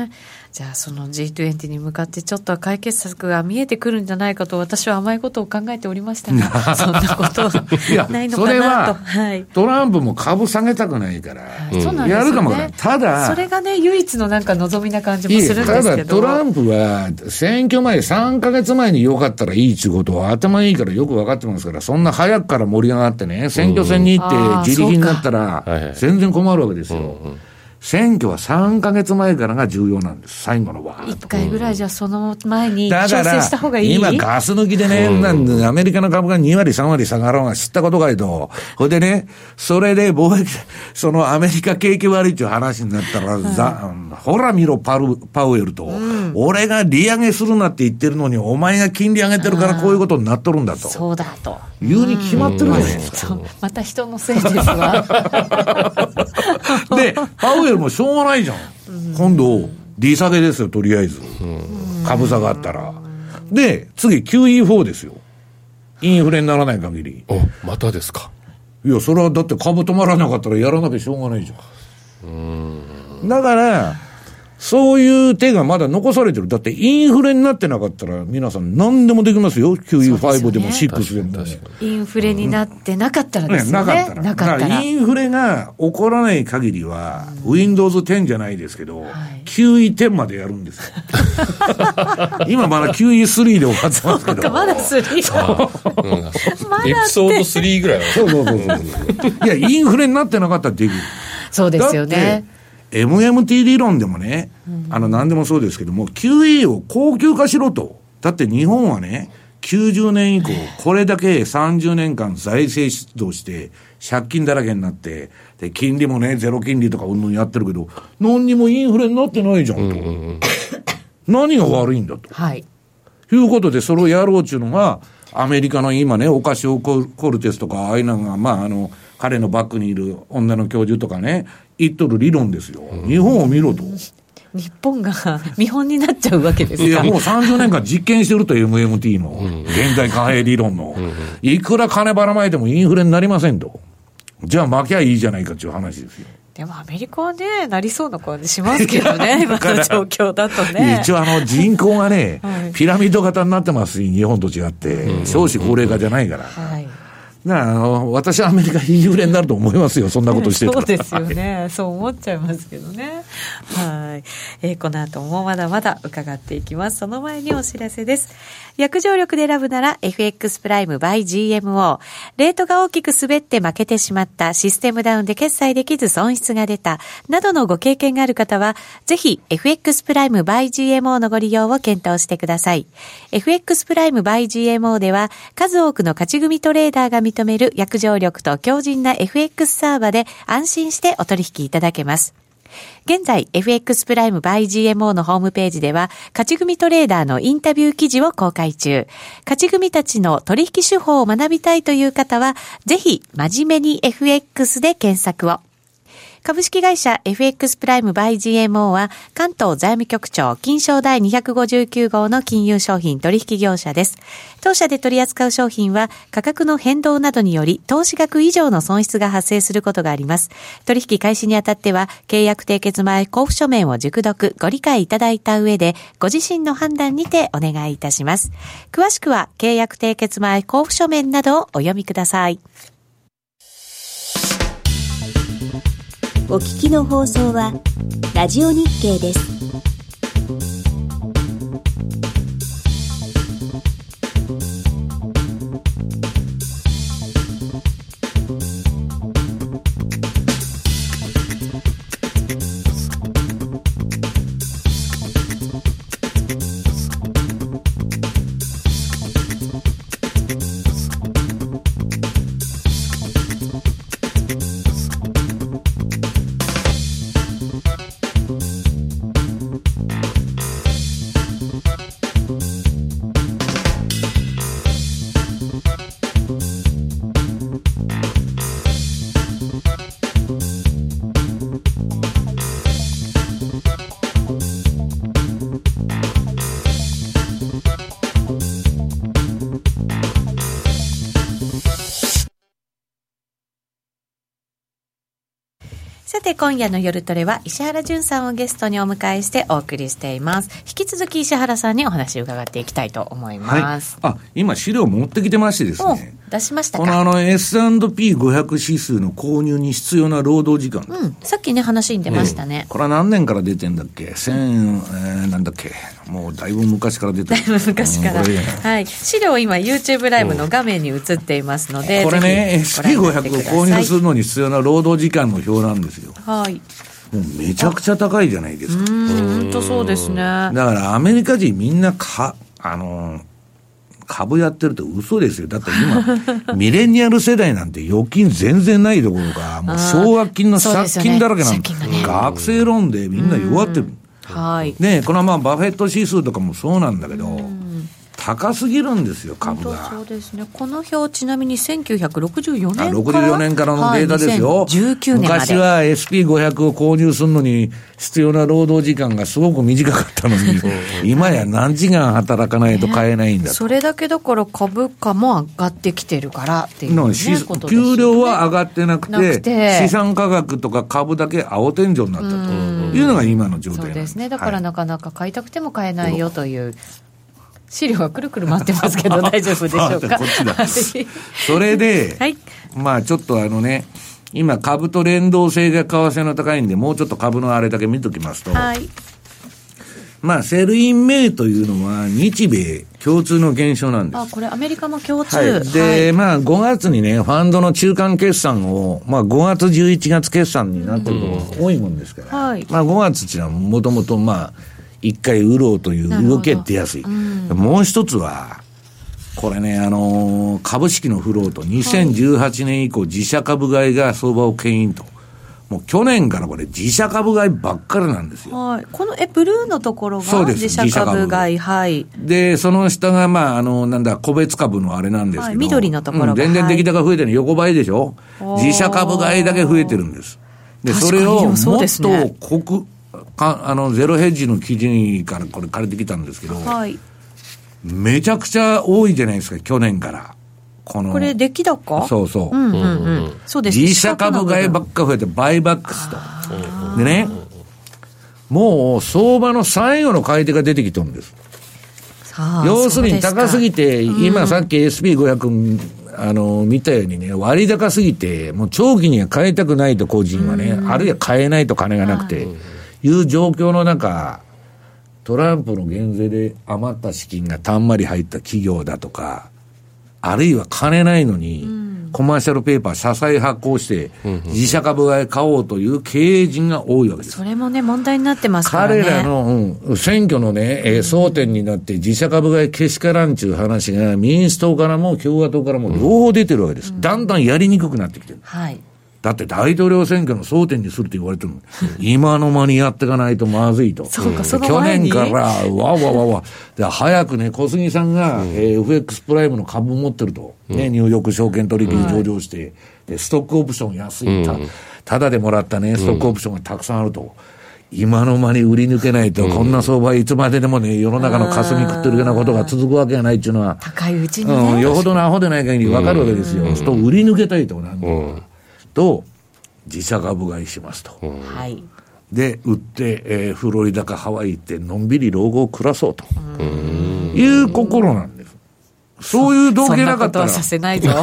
じゃあその ジートゥエンティー に向かってちょっと解決策が見えてくるんじゃないかと私は甘いことを考えておりましたがそんなことないのかなと。 それは、 はい、 トランプも株下げたくないから、 はい、そうなんですよね、 やるかもわからない。ただそれがね唯一のなんか望みな感じもするんですけど、 ただトランプは選挙前さんかげつまえによかったらいいっていうことは頭いいからよく分かってますから、そんな早くから盛り上がってね選挙戦に行って自力になったら全然困るわけですよ、うんうん、選挙はさんかげつまえからが重要なんです。最後のわーっといっかいぐらいじゃその前に調整した方がいい。だから今ガス抜きでね、うん、なんアメリカの株がにわりさんわり下がろうが知ったことかいと、ほいでねそれで貿易そのアメリカ景気悪いっていう話になったら、はい、ほら見ろパルパウエルと、うん、俺が利上げするなって言ってるのにお前が金利上げてるからこういうことになっとるんだと、そうだと言うに決まってるじゃないですか、うん、また人のせいですわでパウエルもしょうがないじゃん、うん、今度利下げですよとりあえず、うん、株下がったら。で次 キューイーフォー ですよ。インフレにならない限り。 おまたですか。 いやそれはだって株止まらなかったらやらなきゃしょうがないじゃん。うーんだからそういう手がまだ残されてる。だってインフレになってなかったら皆さん何でもできますよ。キューイーファイブ でもろくでも、ね、インフレになってなかったらですよね、ねなかったら。なかったらインフレが起こらない限りは、うん、ウィンドウズテンじゃないですけど、はい、キューイーテン までやるんですよ今まだ キューイースリー で終わってますけどまだスリー、うん、まだエピソードスリーぐらいはそうそうそうそういやインフレになってなかったらできる。そうですよね。エムエムティー 理論でもね、うん、あの何でもそうですけども キューイー を高級化しろと。だって日本はねきゅうじゅうねん以降これだけさんじゅうねんかん財政出動して借金だらけになってで金利もねゼロ金利とかうんぬんやってるけど何にもインフレになってないじゃんと、うんうんうん、何が悪いんだと、はい、いうことでそれをやろうっていうのがアメリカの今ねオカシオ・コルテスとかああいうのがまああの彼のバックにいる女の教授とかね言っとる理論ですよ、うん、日本を見ろと。日本が見本になっちゃうわけですか。いやもうさんじゅうねんかん実験してると エムエムティー の現在貨幣理論のいくら金ばらまいてもインフレになりませんと。じゃあ負けゃいいじゃないかっていう話ですよ。でもアメリカはねなりそうな感じしますけどね今の状況だとね。一応あの人口がね、はい、ピラミッド型になってます日本と違って少子高齢化じゃないから、はいだからあの私はアメリカインフレになると思いますよそんなことしてたらそうですよねそう思っちゃいますけどねはい、えー、この後もまだまだ伺っていきます。その前にお知らせです。約定力で選ぶなら エフエックス プライム by ジーエムオー。 レートが大きく滑って負けてしまった、システムダウンで決済できず損失が出たなどのご経験がある方はぜひ エフエックス プライム by ジーエムオー のご利用を検討してください。 エフエックス プライム by ジーエムオー では数多くの勝ち組トレーダーが認める約定力と強靭な エフエックス サーバーで安心してお取引いただけます。現在 エフエックス プライム by ジーエムオー のホームページでは勝ち組トレーダーのインタビュー記事を公開中。勝ち組たちの取引手法を学びたいという方はぜひ真面目に エフエックス で検索を。株式会社 エフエックス プライム by ジーエムオー は関東財務局長金商第にひゃくごじゅうきゅう号の金融商品取引業者です。当社で取り扱う商品は価格の変動などにより投資額以上の損失が発生することがあります。取引開始にあたっては契約締結前交付書面を熟読ご理解いただいた上でご自身の判断にてお願いいたします。詳しくは契約締結前交付書面などをお読みください。 お聞きの放送はラジオ日経です。 さて今夜の夜トレは石原潤さんをゲストにお迎えしてお送りしています。引き続き石原さんにお話を伺っていきたいと思います、 はい、あ今資料持ってきてましてですね、 出しましたか。 このあの エスアンドピーごひゃく 指数の購入に必要な労働時間、 うん、さっきね話に出ましたね、 うん、これは何年から出てんだっけ千、えー、なんだっけもうだいぶ昔から出てるだいぶ昔から、うん、はい、資料今 YouTube ライブの画面に映っていますので、 これね エスピーごひゃく を購入するのに必要な労働時間の表なんですよ。 はい、 もうめちゃくちゃ高いじゃないですか。 うーんとそうですね。だからアメリカ人みんなかあの株やってると嘘ですよ。だって今ミレニアル世代なんて預金全然ないどころかもう奨学金の借金だらけなんで、ね、学生ローンでみんな弱ってる。 はいね、このまあバフェット指数とかもそうなんだけど高すぎるんですよ株が。 そうですね。この表ちなみにせんきゅうひゃくろくじゅうよねんからろくじゅうよねんからのデータですよ、 はい、にせんじゅうきゅうねんまで。 昔は エスピーごひゃく を購入するのに必要な労働時間がすごく短かったのに今や何時間働かないと買えないんだと、 ね、それだけだから株価も上がってきてるからっていう、ね、ことですよね。 給料は上がってなく て, なくて資産価格とか株だけ青天井になったというのが今の状態なんです。 そうですね。だからなかなか買いたくても買えないよという、はい、資料がくるくる回ってますけど大丈夫でしょうか。 こっちだそれで、 はい、 まあちょっとあのね今株と連動性が為替の高いんでもうちょっと株のあれだけ見ときますと、 はい、 まあセルインメイというのは日米共通の現象なんです。 あ、これアメリカも共通、 はい、で、はい、まあごがつにねファンドの中間決算をまあごがつじゅういちがつ決算になってるのが多いもんですから、 はい、 まあごがつっていうのはもともとまあ一回売ろうという動きが出やすい、うん、もう一つはこれねあのー、株式のフロートにせんじゅうはちねん以降自社株買いが相場を牽引と、もう去年からこれ自社株買いばっかりなんですよ。 はい、このえブルーのところが自社株買い、はい、 でその下がまああのなんだ個別株のあれなんですけど、はい、 緑のところが、 うん、全然出来高増えてる、横ばいでしょ。自社株買いだけ増えてるんです。でそれをもっと濃くかあのゼロヘッジの記事からこれ借りてきたんですけど、はい、めちゃくちゃ多いじゃないですか去年からこのこれ出来高、 そうそう、 うんうんうん、そうです。 自社株買いばっか増えてバイバックスとでね、もう相場の最後の買い手が出てきてるんです。要するに高すぎて、うん、今さっき エスピーごひゃく あの見たようにね割高すぎてもう長期には買いたくないと個人はね、うん、あるいは買えないと金がなくて、うんいう状況の中、トランプの減税で余った資金がたんまり入った企業だとか、あるいは金ないのに、うん、コマーシャルペーパー社債発行して、うん、自社株買い買おうという経営陣が多いわけです。 それもね問題になってますからね。 彼らの、うん、選挙のね、えー、争点になって自社株買いけしからんちゅう話が民主党からも共和党からも両方出てるわけです。うん、だんだんやりにくくなってきてる。はい。だって大統領選挙の争点にするって言われてるの、うん、今の間にやっていかないとまずいと。 そうか、その去前に年からわわわわで早くね小杉さんが、うんえー、エフエックス プライムの株を持ってると、うんね、ニューヨーク証券取引に上場して、うん、でストックオプション安い、たただでもらったねストックオプションがたくさんあると、うん、今の間に売り抜けないと、うん、こんな相場いつまででもね世の中の霞食ってるようなことが続くわけがないっていうのは高いうちにね、 うん、よほどのアホでない限り分かるわけですよ、うん、と売り抜けたいとなんだ、うん、と自社株買いしますと、うん、で売って、えー、フロリダかハワイ行ってのんびり老後を暮らそうという心なんです。そういう動機なかったらそんなことはさせないぞ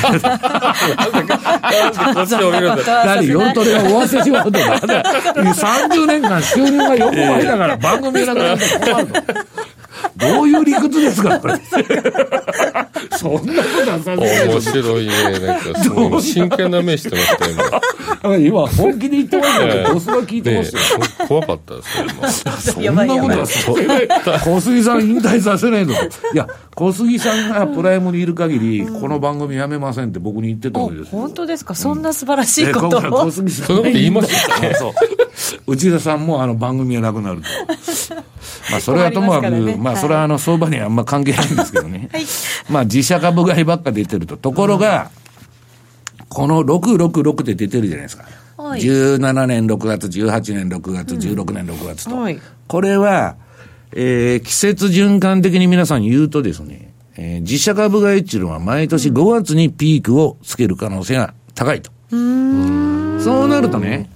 何夜トレが終わってしまうとかさんじゅうねんかん収入が横ばいだから番組がなくなったら困るのどういう理屈ですかそんなことはさせない面白いね。なんかすごい真剣な目してました今今本気で言ってましたけどボスが聞いてましたよ、ね、怖かったですよ今そんなことはさせない小杉さん引退させないのいや小杉さんがプライムにいる限り、うん、この番組やめませんって僕に言ってたわけですよ。 本当ですか、そんな素晴らしいことを、 うん、今回小杉さんそういうこと言いましたねそう内田さんもあの番組がなくなるとまあそれはともかく、ね、まあそれはあの相場にはあんま関係ないんですけどね、はい、まあ自社株買いばっか出てるとところが、うん、このろくろくろくって出てるじゃないですか、はい、じゅうななねんろくがつじゅうはちねんろくがつ、うん、じゅうろくねんろくがつと、はい、これは、えー、季節循環的に皆さん言うとですね、えー、自社株買いっていうのは毎年ごがつにピークをつける可能性が高いと、うん、そうなるとね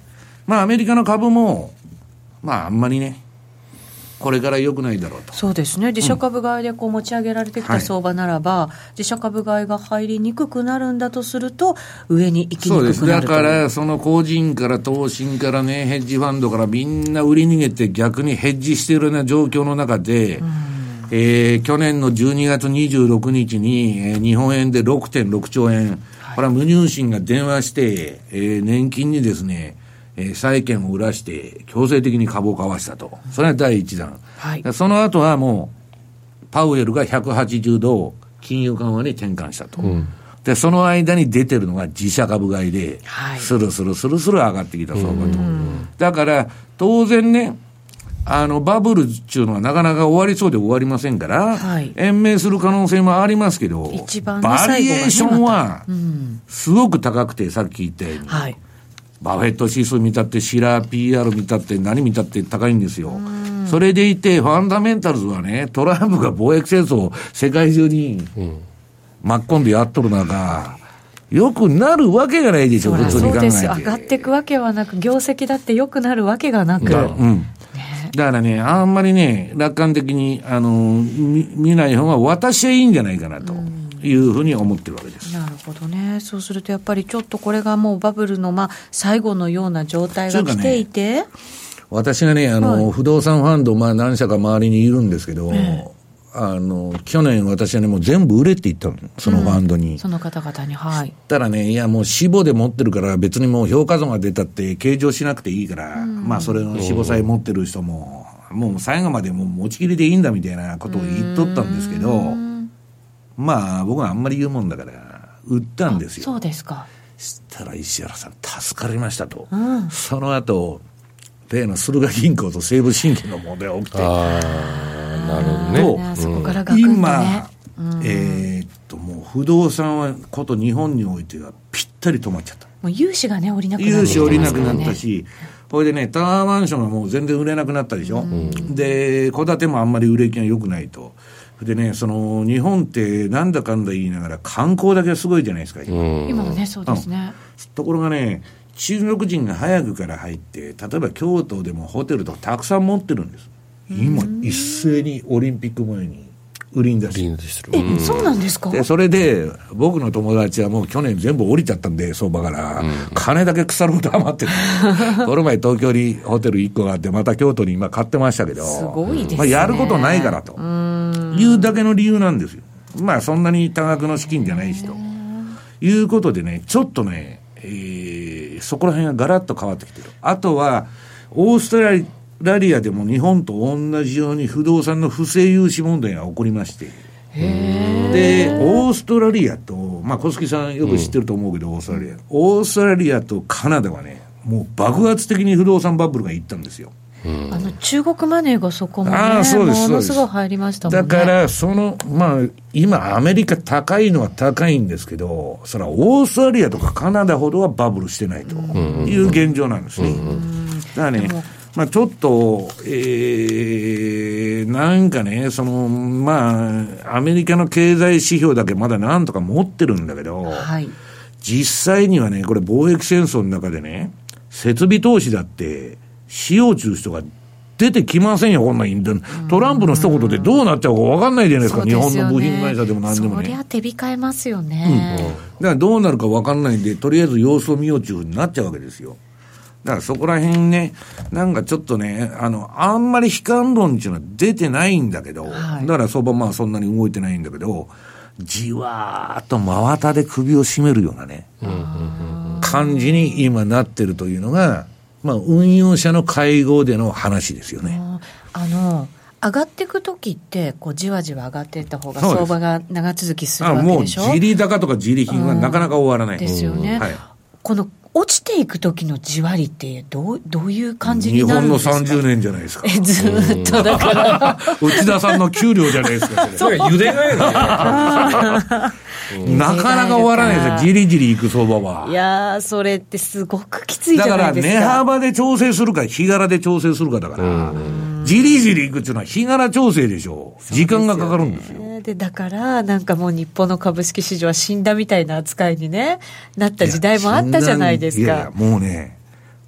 まあアメリカの株もまああんまりねこれから良くないだろうと。 そうですね。自社株買いでこう持ち上げられてきた相場ならば、うんはい、自社株買いが入りにくくなるんだとすると上に行きにくくなると。 そうです。だからその個人から投信からねヘッジファンドからみんな売り逃げて逆にヘッジしているような状況の中で、うんえー、去年のじゅうにがつにじゅうろくにちに、えー、日本円で ろくてんろくちょうえん、はい、これは無入信が電話して、えー、年金にですねえー、債券を売らして強制的に株を買わしたと。それが第一弾、はい、その後はもうパウエルがひゃくはちじゅうどを金融緩和に転換したと、うん、でその間に出てるのが自社株買いで、はい、スルスルスルスル上がってきた相場と。だから当然ねあのバブルっていうのはなかなか終わりそうで終わりませんから、はい、延命する可能性もありますけど一番バリエーションはすごく高くて、さっき言ったように、はいバフェット指数見たってシラー ピーアール 見たって何見たって高いんですよ。それでいてファンダメンタルズはねトランプが貿易戦争を世界中に巻き込んでやっとる中よくなるわけがないでしょ。普通に考えて。そうです。 上がっていくわけはなく業績だって良くなるわけがなく、 だ、うん、だからねあんまりね楽観的にあの 見, 見ない方が私はいいんじゃないかなというふうに思ってるわけです。 なるほどね。そうするとやっぱりちょっとこれがもうバブルのまあ最後のような状態が来ていて、ね、 私がねあの、はい、不動産ファンドまあ何社か周りにいるんですけど、えー、あの去年私はねもう全部売れって言ったのそのファンドに、 うん、その方々にはい。 たらねいやもう死母で持ってるから別にもう評価損が出たって計上しなくていいから、うん、まあそれの死母さえ持ってる人ももう最後までもう持ちきりでいいんだみたいなことを言っとったんですけど、まあ僕はあんまり言うもんだから売ったんですよ。 そうですか。 したら石原さん助かりましたと、 うん、その後例の駿河銀行と西武信金の問題が起きてああなるほどね、 ねそこからガクンとね今、うん、えー、っともう不動産はこと日本においてはぴったり止まっちゃった。 もう融資がね降りなくなってきて融資降りなくなったしこれでねタワーマンションがもう全然売れなくなったでしょ、うん、で戸建てもあんまり売れ行きが良くないと。でね、その日本ってなんだかんだ言いながら観光だけはすごいじゃないですか今、 うん、今のねそうですね、 うん、ところがね中国人が早くから入って例えば京都でもホテルとかたくさん持ってるんです。今一斉にオリンピック前に売りに出してる。 え、そうなんですか。 でそれで僕の友達はもう去年全部降りちゃったんで相場から、うん、金だけ腐るほど余ってるこの前東京にホテルいっこがあってまた京都に今買ってましたけどすごいですね、 まあ、やることないからというだけの理由なんですよ。まあそんなに多額の資金じゃないしということでねちょっとね、えー、そこら辺がガラッと変わってきてる。あとはオーストラリアラリアでも日本と同じように不動産の不正融資問題が起こりまして、でオーストラリアと、まあ、小杉さんよく知ってると思うけど、うん、オーストラリアオーストラリアとカナダはねもう爆発的に不動産バブルがいったんですよ、 うん、あの中国マネーがそこもねあそうですものすごい入りましたもんね。 だからその、まあ、今アメリカ高いのは高いんですけどそれはオーストラリアとかカナダほどはバブルしてないという現状なんですね、うんうん、だからねまあ、ちょっと、えー、なんかね、その、まあ、アメリカの経済指標だけまだなんとか持ってるんだけど、はい、実際にはね、これ貿易戦争の中でね、設備投資だって、しようちゅう人が出てきませんよ、こんなに。トランプの一言でどうなっちゃうか分かんないじゃないですか、日本の部品会社でも何でもね。 そりゃ手控えますよね。 うん。だからどうなるか分かんないんで、とりあえず様子を見ようちゅうになっちゃうわけですよ。だからそこら辺ね、なんかちょっとね、あの、あんまり悲観論っていうのは出てないんだけど、はい、だから相場まあそんなに動いてないんだけど、じわーっと真綿で首を絞めるようなね、感じに今なってるというのが、まあ運用者の会合での話ですよね。 あの、上がっていくときってこうじわじわ上がっていった方が相場が長続きするわけでしょ。 もう自利高とか自利品はなかなか終わらない。 ですよね。はい、この落ちていく時のじわりってどう、どういう感じになるんですか。 日本のさんじゅうねんじゃないですか。 えずっとだから内田さんの給料じゃないですか。 それそれ茹でがえるなかなか終わらないですよ、じりじりいく相場は。 いやーそれってすごくきついじゃないですか。 だから値幅で調整するか日柄で調整するかだから、じりじりいくっていうのは日柄調整でしょう。時間がかかるんですよ。 でだからなんかもう日本の株式市場は死んだみたいな扱いに、ね、なった時代もあったじゃないですか。 いやいやもうね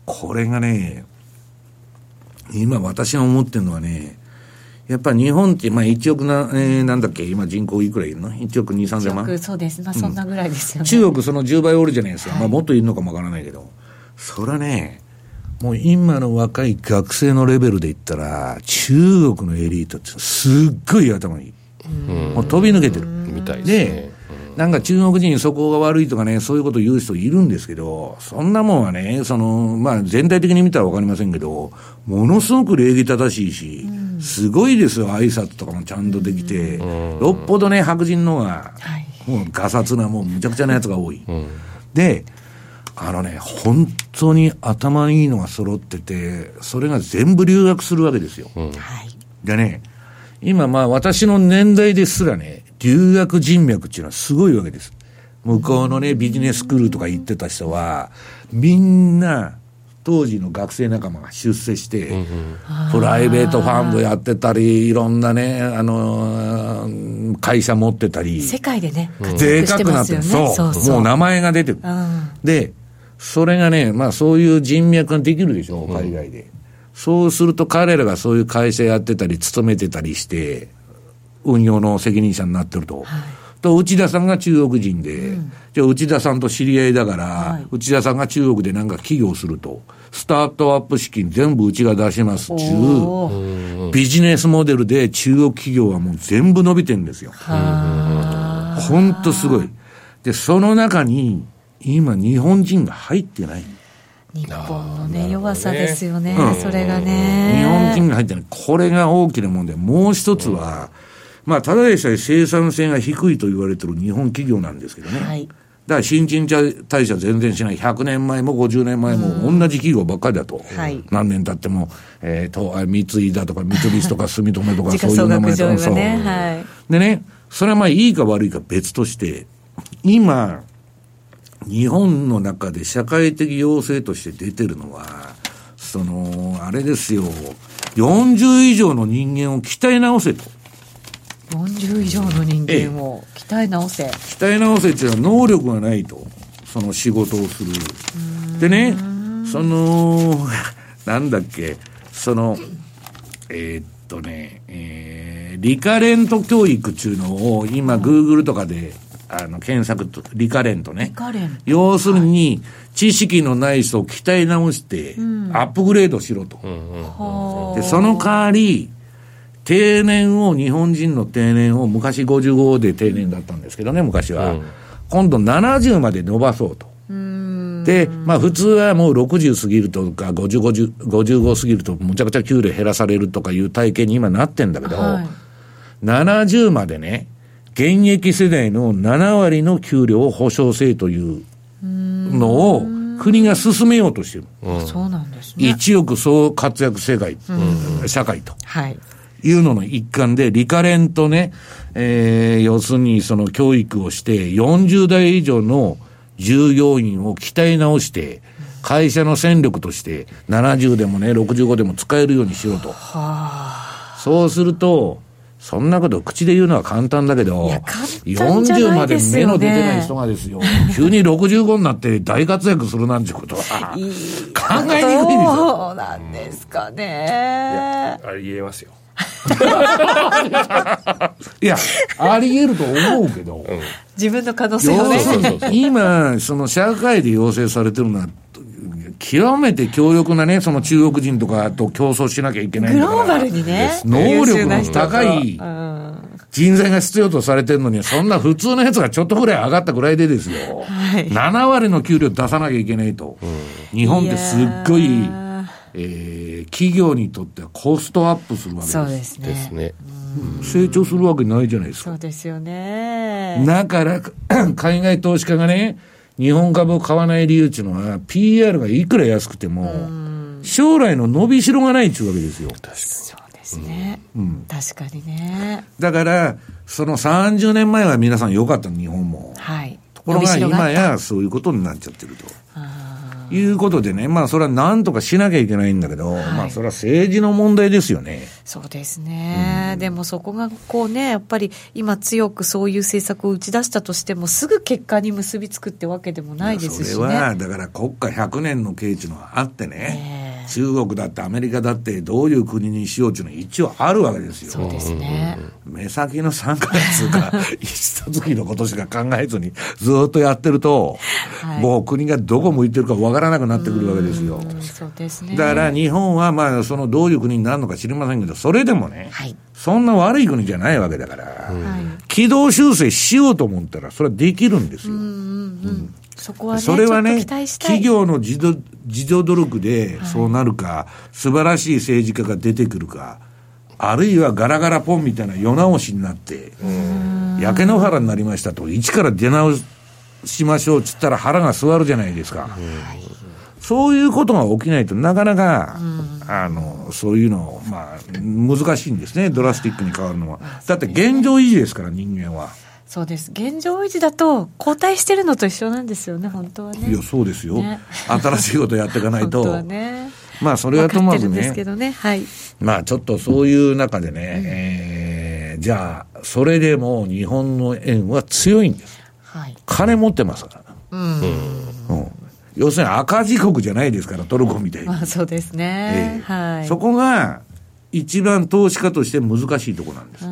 これがね、今私が思ってるのはね、やっぱり日本ってまあいちおくな、えー、なんだっけ今人口いくらいるの ?いちおくにせんさんぜんまん。 そうです、まあ、そんなぐらいですよね、うん、 中国そのじゅうばいおるじゃないですか、はい、まあ、もっといるのかもわからないけど、それはねもう今の若い学生のレベルで言ったら中国のエリートってすっごい頭いい、うんもう飛び抜けてるみたいですね。 なんか中国人そこが悪いとかね、そういうことを言う人いるんですけど、そんなもんはね、その、まあ全体的に見たらわかりませんけど、ものすごく礼儀正しいし、うん、すごいですよ、挨拶とかもちゃんとできて、うん、よっぽどね、白人のが、はい、もうガサツな、もうむちゃくちゃなやつが多い。うん、で、あのね、本当に頭いいのが揃ってて、それが全部留学するわけですよ。うん、でね、今まあ私の年代ですらね、留学人脈っていうのはすごいわけです。向こうのね、ビジネススクールとか行ってた人は、みんな、当時の学生仲間が出世して、うんうん、プライベートファンドやってたり、いろんなね、あのー、会社持ってたり。 世界でね、活躍してますよね。 そうそうそう。もう名前が出てる。で、それがね、まあそういう人脈ができるでしょ、海外で。うん、そうすると彼らがそういう会社やってたり、勤めてたりして、運用の責任者になってると。はい、と、内田さんが中国人で、うん、じゃあ内田さんと知り合いだから、はい、内田さんが中国でなんか起業すると、スタートアップ資金全部うちが出しますっていう、ビジネスモデルで中国企業はもう全部伸びてるんですよ。ほんとすごい。で、その中に、今日本人が入ってない。 日本のね、弱さですよね、うん、それがね。 日本人が入ってない。これが大きな問題。もう一つは、うん、まあ、ただでさえ生産性が低いと言われている日本企業なんですけどね。はい。だから新陳代謝全然しない。ひゃくねんまえもごじゅうねんまえも同じ企業ばっかりだと。はい。何年経っても、えー、と、三井だとか三菱とか住友とかそういう名前とか。そう。ね。はい。でね、それはまあいいか悪いか別として、今、日本の中で社会的要請として出てるのは、その、あれですよ、よんじゅう以上の人間を鍛え直せと。 よんじゅう以上の人間を鍛え直せ。 鍛え直せっていうのは能力がないと。その仕事をする。でね、その、なんだっけ、その、えー、っとね、えー、リカレント教育っていうのを今、グーグルとかで、あの、検索と、リカレントね。リカレント。要するに、知識のない人を鍛え直して、アップグレードしろと。うん、で、その代わり、定年を、日本人の定年を、昔ごじゅうごで定年だったんですけどね、昔は。うん、今度ななじゅうまで伸ばそうと。うんで、まあ普通はもうろくじゅう過ぎるとか、ごじゅう、ごじゅう、ごじゅうご過ぎると、むちゃくちゃ給料減らされるとかいう体系に今なってんだけど、はい、ななじゅうまでね、現役世代のななわりの給料を保証せいというのを国が進めようとしている。 うん、そうなんですね。 いちおく総活躍世界、うん、社会と。はい。いうのの一環で、リカレントね、えー、要するにその教育をして、よんじゅうだい以上の従業員を鍛え直して、会社の戦力として、ななじゅうでもね、ろくじゅうごでも使えるようにしろと。はあ、そうすると、そんなこと口で言うのは簡単だけど、よんじゅうまで目の出てない人がですよ、急にろくじゅうごになって大活躍するなんてことは考えにくいですよ。 そうなんですかね。いや、ありえますよ。 いや、あり得ると思うけど、うん、 自分の可能性をね。 そうそうそう今、その社会で要請されてるのは、極めて強力なね、その中国人とかと競争しなきゃいけないんだから。 グローバルにね。 能力の高い人材が必要とされてるのに、そんな普通のやつがちょっとぐらい上がったぐらいでですよ。はい、ななわりの給料出さなきゃいけないと。うん、日本ってすっごい、えー、企業にとってはコストアップするわけです。 そうですね。 ですね。 うん、成長するわけないじゃないですか。 そうですよね。 だから、海外投資家がね、日本株を買わない理由っていうのは ピーアール がいくら安くても将来の伸びしろがないっていうわけですよ。 確かにそうですね、うん、確かにね。 だからそのさんじゅうねんまえは皆さん良かったの日本も、はい、ところが今やそういうことになっちゃってると。あいうことでね、まあそれは何とかしなきゃいけないんだけど、はい、まあそれは政治の問題ですよね。 そうですね、うん、でもそこがこうね、やっぱり今強くそういう政策を打ち出したとしてもすぐ結果に結びつくってわけでもないですしね。 それはだから国家ひゃくねんの計値のがあってね、えー、中国だってアメリカだってどういう国にしようっていうのは一応あるわけですよ。 そうですね、 目先のさんかげつか一月のことしか考えずにずっとやってると、はい、もう国がどこ向いてるかわからなくなってくるわけですよ。 そうですね。 だから日本はまあそのどういう国になるのか知りませんけど、それでもね、 はい、 そんな悪い国じゃないわけだから、はい、軌道修正しようと思ったらそれはできるんですよ。うんうんうん、 そこはね、 それはね、 ちょっと期待したい。 企業の自助、自助努力でそうなるか、はい、素晴らしい政治家が出てくるか、あるいはガラガラポンみたいな世直しになって焼け野原になりましたと一から出直しましょうっつったら腹が据わるじゃないですか、はい、そういうことが起きないとなかなかあのそういうの、まあ、難しいんですね。ドラスティックに変わるのは。だって現状維持ですから人間は。 そうです。現状維持だと後退してるのと一緒なんですよね、本当はね。 いやそうですよ、ね、新しいことやっていかないと本当はね、 まあそれはともかくね、 分かってるんですけどね、はい、まあちょっとそういう中でね、うん、えー、じゃあそれでも日本の円は強いんです、はい、金持ってますから、うん、うん、要するに赤字国じゃないですから、トルコみたいに、 まあ、そうですね、えーはい、 そこが一番投資家として難しいところなんです、うん、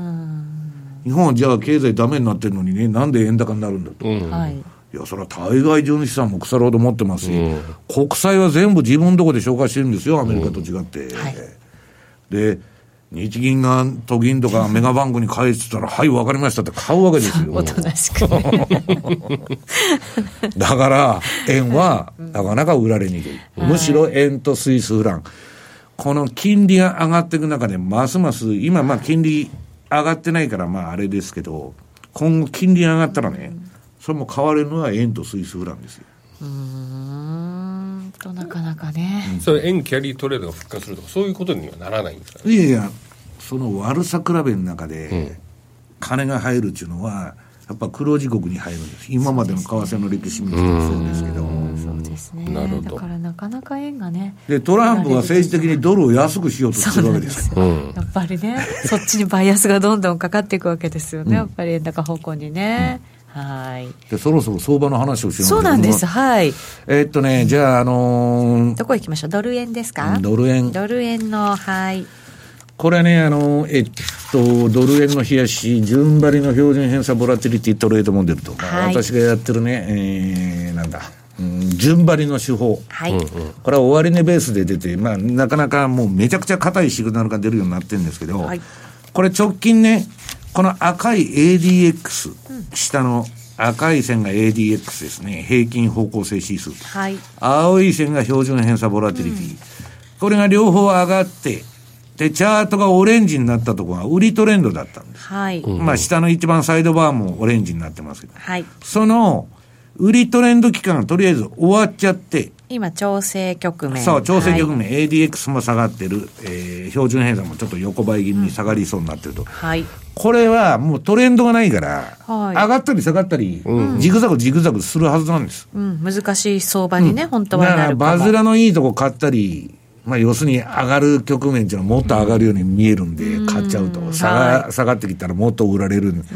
日本はじゃあ経済ダメになってるのにね、なんで円高になるんだと、うん、はい、いやそれは対外純資産も腐るほど持ってますし、うん、国債は全部自分のところで消化してるんですよ、アメリカと違って、うん、はい、で日銀が都銀とかメガバンクに買えって言ったらはい分かりましたって買うわけですよ。 おとなしくねだから円はなかなか売られにくい、うん、むしろ円とスイスフラン、この金利が上がっていく中でますます今まあ金利上がってないからまああれですけど、今後金利上がったらね、うん、それも買われるのは円とスイスフランですよ。 うーんとなかなかね、 うん、それ円キャリートレードが復活するとかそういうことにはならないんですか、 ね、いやいや、その悪さ比べの中で金が入るっていうのはやっぱ黒字国に入るんです。今までの為替の歴史見てもそうですけど、 そうですね、なるほど。だからなかなか円がね、 でトランプは政治的にドルを安くしようとしてるわけですから、 やっぱりねそっちにバイアスがどんどんかかっていくわけですよね、うん、やっぱり円高方向にね、うん、はい。 でそろそろ相場の話をしよう。 そうなんです、はい。 えー、っとねじゃああのー、 どこ行きましょう。ドル円ですか。 ドル円ドル円の、はい、 これね、あの、えっと、ドル円の冷やし、順張りの標準偏差ボラティリティトレードモデルと、はい、私がやってるね、えー、なんだ、うん、順張りの手法。はい。これは終値ベースで出て、まあ、なかなかもうめちゃくちゃ硬いシグナルが出るようになってるんですけど、はい、これ直近ね、この赤い エーディーエックス、うん、下の赤い線が エーディーエックスですね、平均方向性指数。はい。青い線が標準偏差ボラティリティ。うん、これが両方上がって、で、チャートがオレンジになったところが売りトレンドだったんです。はい。まあ、下の一番サイドバーもオレンジになってますけど。はい。その、売りトレンド期間がとりあえず終わっちゃって。 今、調整局面。 そう、調整局面。はい、エーディーエックス も下がってる。えー、標準偏差もちょっと横ばい気味に下がりそうになってると。うん、はい。これはもうトレンドがないから、はい、上がったり下がったり、うん、ジグザグジグザグするはずなんです。 うん、難しい相場にね、うん、本当はなるかも。 だからバズらのいいとこ買ったり、まあ、要するに上がる局面っていうのはもっと上がるように見えるんで、うん、買っちゃうと下が、はい、下がってきたらもっと売られる、うん、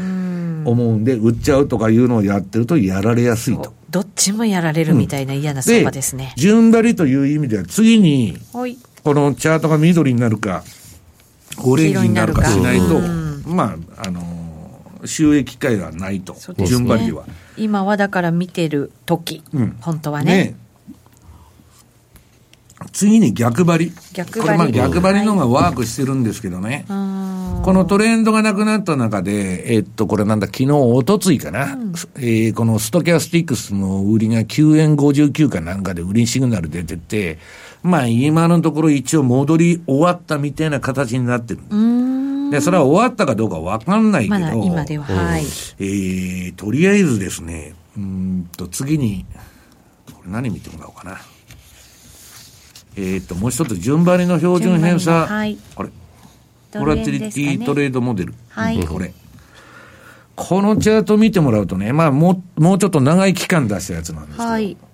思うんで売っちゃうとかいうのをやってるとやられやすいと。 どっちもやられるみたいな嫌な相場ですね、 うん、で順張りという意味では次にこのチャートが緑になるかオレンジになるかしないと、うん、まああのー、収益機会はないと、ね、順張りでは今はだから見てる時、うん、本当はね、ね、 次に逆張り。逆張り。これまあ逆張りの方がワークしてるんですけどね。はい、このトレンドがなくなった中で、えっと、これなんだ、昨日、おとついかな。うん、えー、このストキャスティックスの売りがきゅうえんごじゅうきゅうかなんかで売りシグナル出てて、まあ今のところ一応戻り終わったみたいな形になってる。うーんで、それは終わったかどうかわかんないけど。まだ今では。はい。 えー、とりあえずですね、うーんと次に、これ何見てもらおうかな。えっと、もう一つ、順張りの標準偏差、はい、これ、ボラティリティトレードモデル。はい。これ。このチャート見てもらうとね、まあ、もう、もうちょっと長い期間出したやつなんですけど、はい。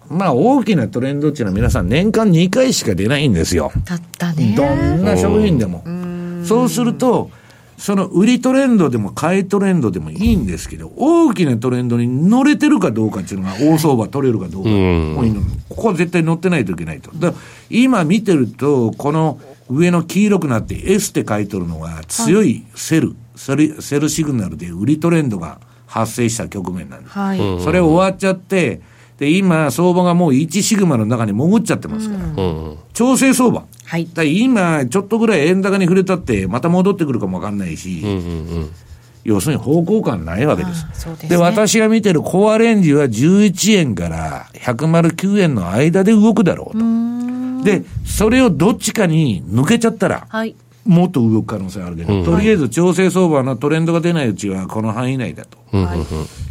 まあ大きなトレンドっていうのは皆さん年間にかいしか出ないんですよ。 だったね。 どんな商品でも。そうすると、その売りトレンドでも買いトレンドでもいいんですけど、大きなトレンドに乗れてるかどうかっていうのが大相場取れるかどうか。ここは絶対乗ってないといけないと。だから今見てると、この上の黄色くなって S って書いてるのが強いセル、はい、セル、セルシグナルで売りトレンドが発生した局面なんです。はい、それ終わっちゃって、で、今、相場がもういちシグマの中に潜っちゃってますから。うん、調整相場。はい。だ今、ちょっとぐらい円高に触れたって、また戻ってくるかもわかんないし、うんうんうん、要するに方向感ないわけです。そうですね。で、私が見てるコアレンジはじゅういちえんからひゃくきゅうえんの間で動くだろうと。うで、それをどっちかに抜けちゃったら、はい。もっと動く可能性あるけど、うん、とりあえず調整相場のトレンドが出ないうちはこの範囲内だと、はい、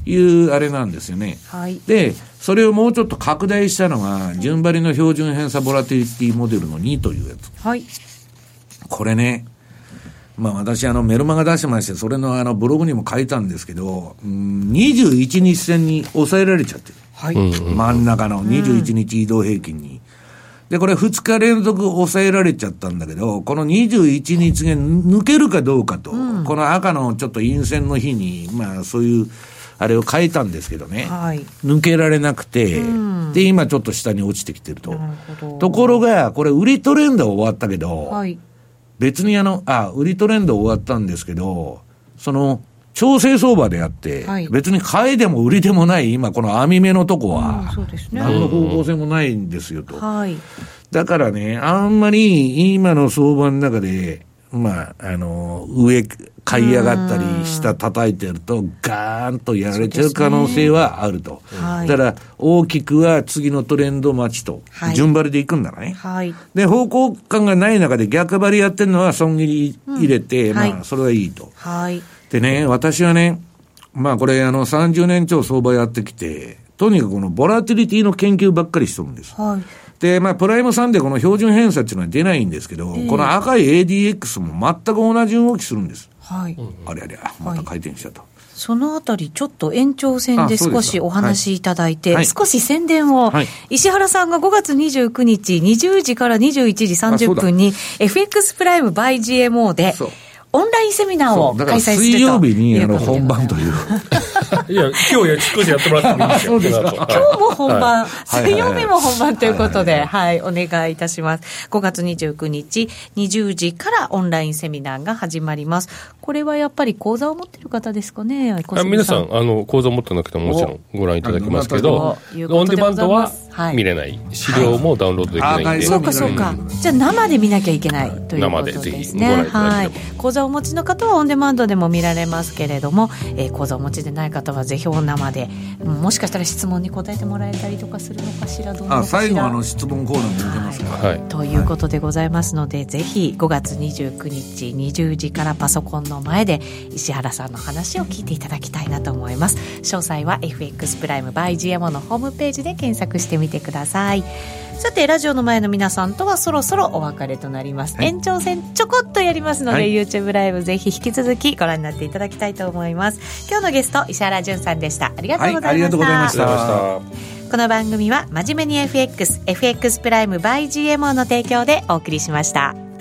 いうあれなんですよね、はい、でそれをもうちょっと拡大したのが順張りの標準偏差ボラティリティモデルのにというやつ、はい、これね、まあ私あのメルマガ出してまして、それのあのブログにも書いたんですけど、うん、にじゅういちにち線に抑えられちゃってる、はい、真ん中のにじゅういちにち移動平均に、うんで、これふつか連続抑えられちゃったんだけど、このにじゅういちにちが抜けるかどうかと、うん、この赤のちょっと陰線の日に、まあそういう、あれを変えたんですけどね、はい、抜けられなくて、うん、で、今ちょっと下に落ちてきてると。ところが、これ売りトレンド終わったけど、はい、別にあの、あ、売りトレンド終わったんですけど、その、調整相場であって、はい、別に買いでも売りでもない今この網目のとこは、うんそうですね、何の方向性もないんですよと、はい、だからね、あんまり今の相場の中でまああの上買い上がったり下叩いてるとガーンとやられちゃう可能性はあると、ね、だから大きくは次のトレンド待ちと、はい、順張りでいくんだね、はい、で方向感がない中で逆張りやってるのは損切り入れて、うん、まあ、はい、それはいいと、はいでね、私はね、まあこれあのさんじゅうねん超相場やってきて、とにかくこのボラティリティの研究ばっかりしてるんです。はい、で、まあプライムさんでこの標準偏差っていうのは出ないんですけど、えー、この赤い エーディーエックス も全く同じ動きするんです。はい。あれあれ、また回転しちゃった。はい、 そのあたりちょっと延長戦で少しお話しいただいて、はい、少し宣伝を、はい、石原さんがごがつにじゅうくにちにじゅうじからにじゅういちじさんじゅっぷんに エフエックス プライム by ジーエムオー でオンラインセミナーを開催すると。 水曜日にあの本番という。 いや、今日や少しやってもらってもいいですよ。そうですか。 今日も本番、はい、水曜日も本番ということで、はい、はい、お願いいたします。ごがつにじゅうくにちにじゅうじからオンラインセミナーが始まります。これはやっぱり講座を持ってる方ですかね。 あ、皆さん、あの、講座を持ってなくてももちろんご覧いただけますけど、オンデマンドは見れない。資料もダウンロードできないんで。 そうかそうか。じゃあ生で見なきゃいけないということですね。生でぜひご覧いただければ。はい。講座をお持ちの方はオンデマンドでも見られますけれども、えー、講座をお持ちでない方はぜひ生で、もしかしたら質問に答えてもらえたりとかするのかしら、どうなのかしら。あ、 最後あの質問コーナーも出てますから、はい、 ということでございますので、はい、ぜひごがつにじゅうくにちにじゅうじからパソコンの前で石原さんの話を聞いていただきたいなと思います。詳細は エフエックス プライム by ジーエムオー のホームページで検索してみてください。さてラジオの前の皆さんとはそろそろお別れとなります、はい、延長戦ちょこっとやりますので、はい、YouTube ライブぜひ引き続きご覧になっていただきたいと思います。今日のゲスト石原潤さんでした。ありがとうございました、はい、ありがとうございました。この番組は真面目に エフエックス エフエックス プライム by ジーエムオー の提供でお送りしました。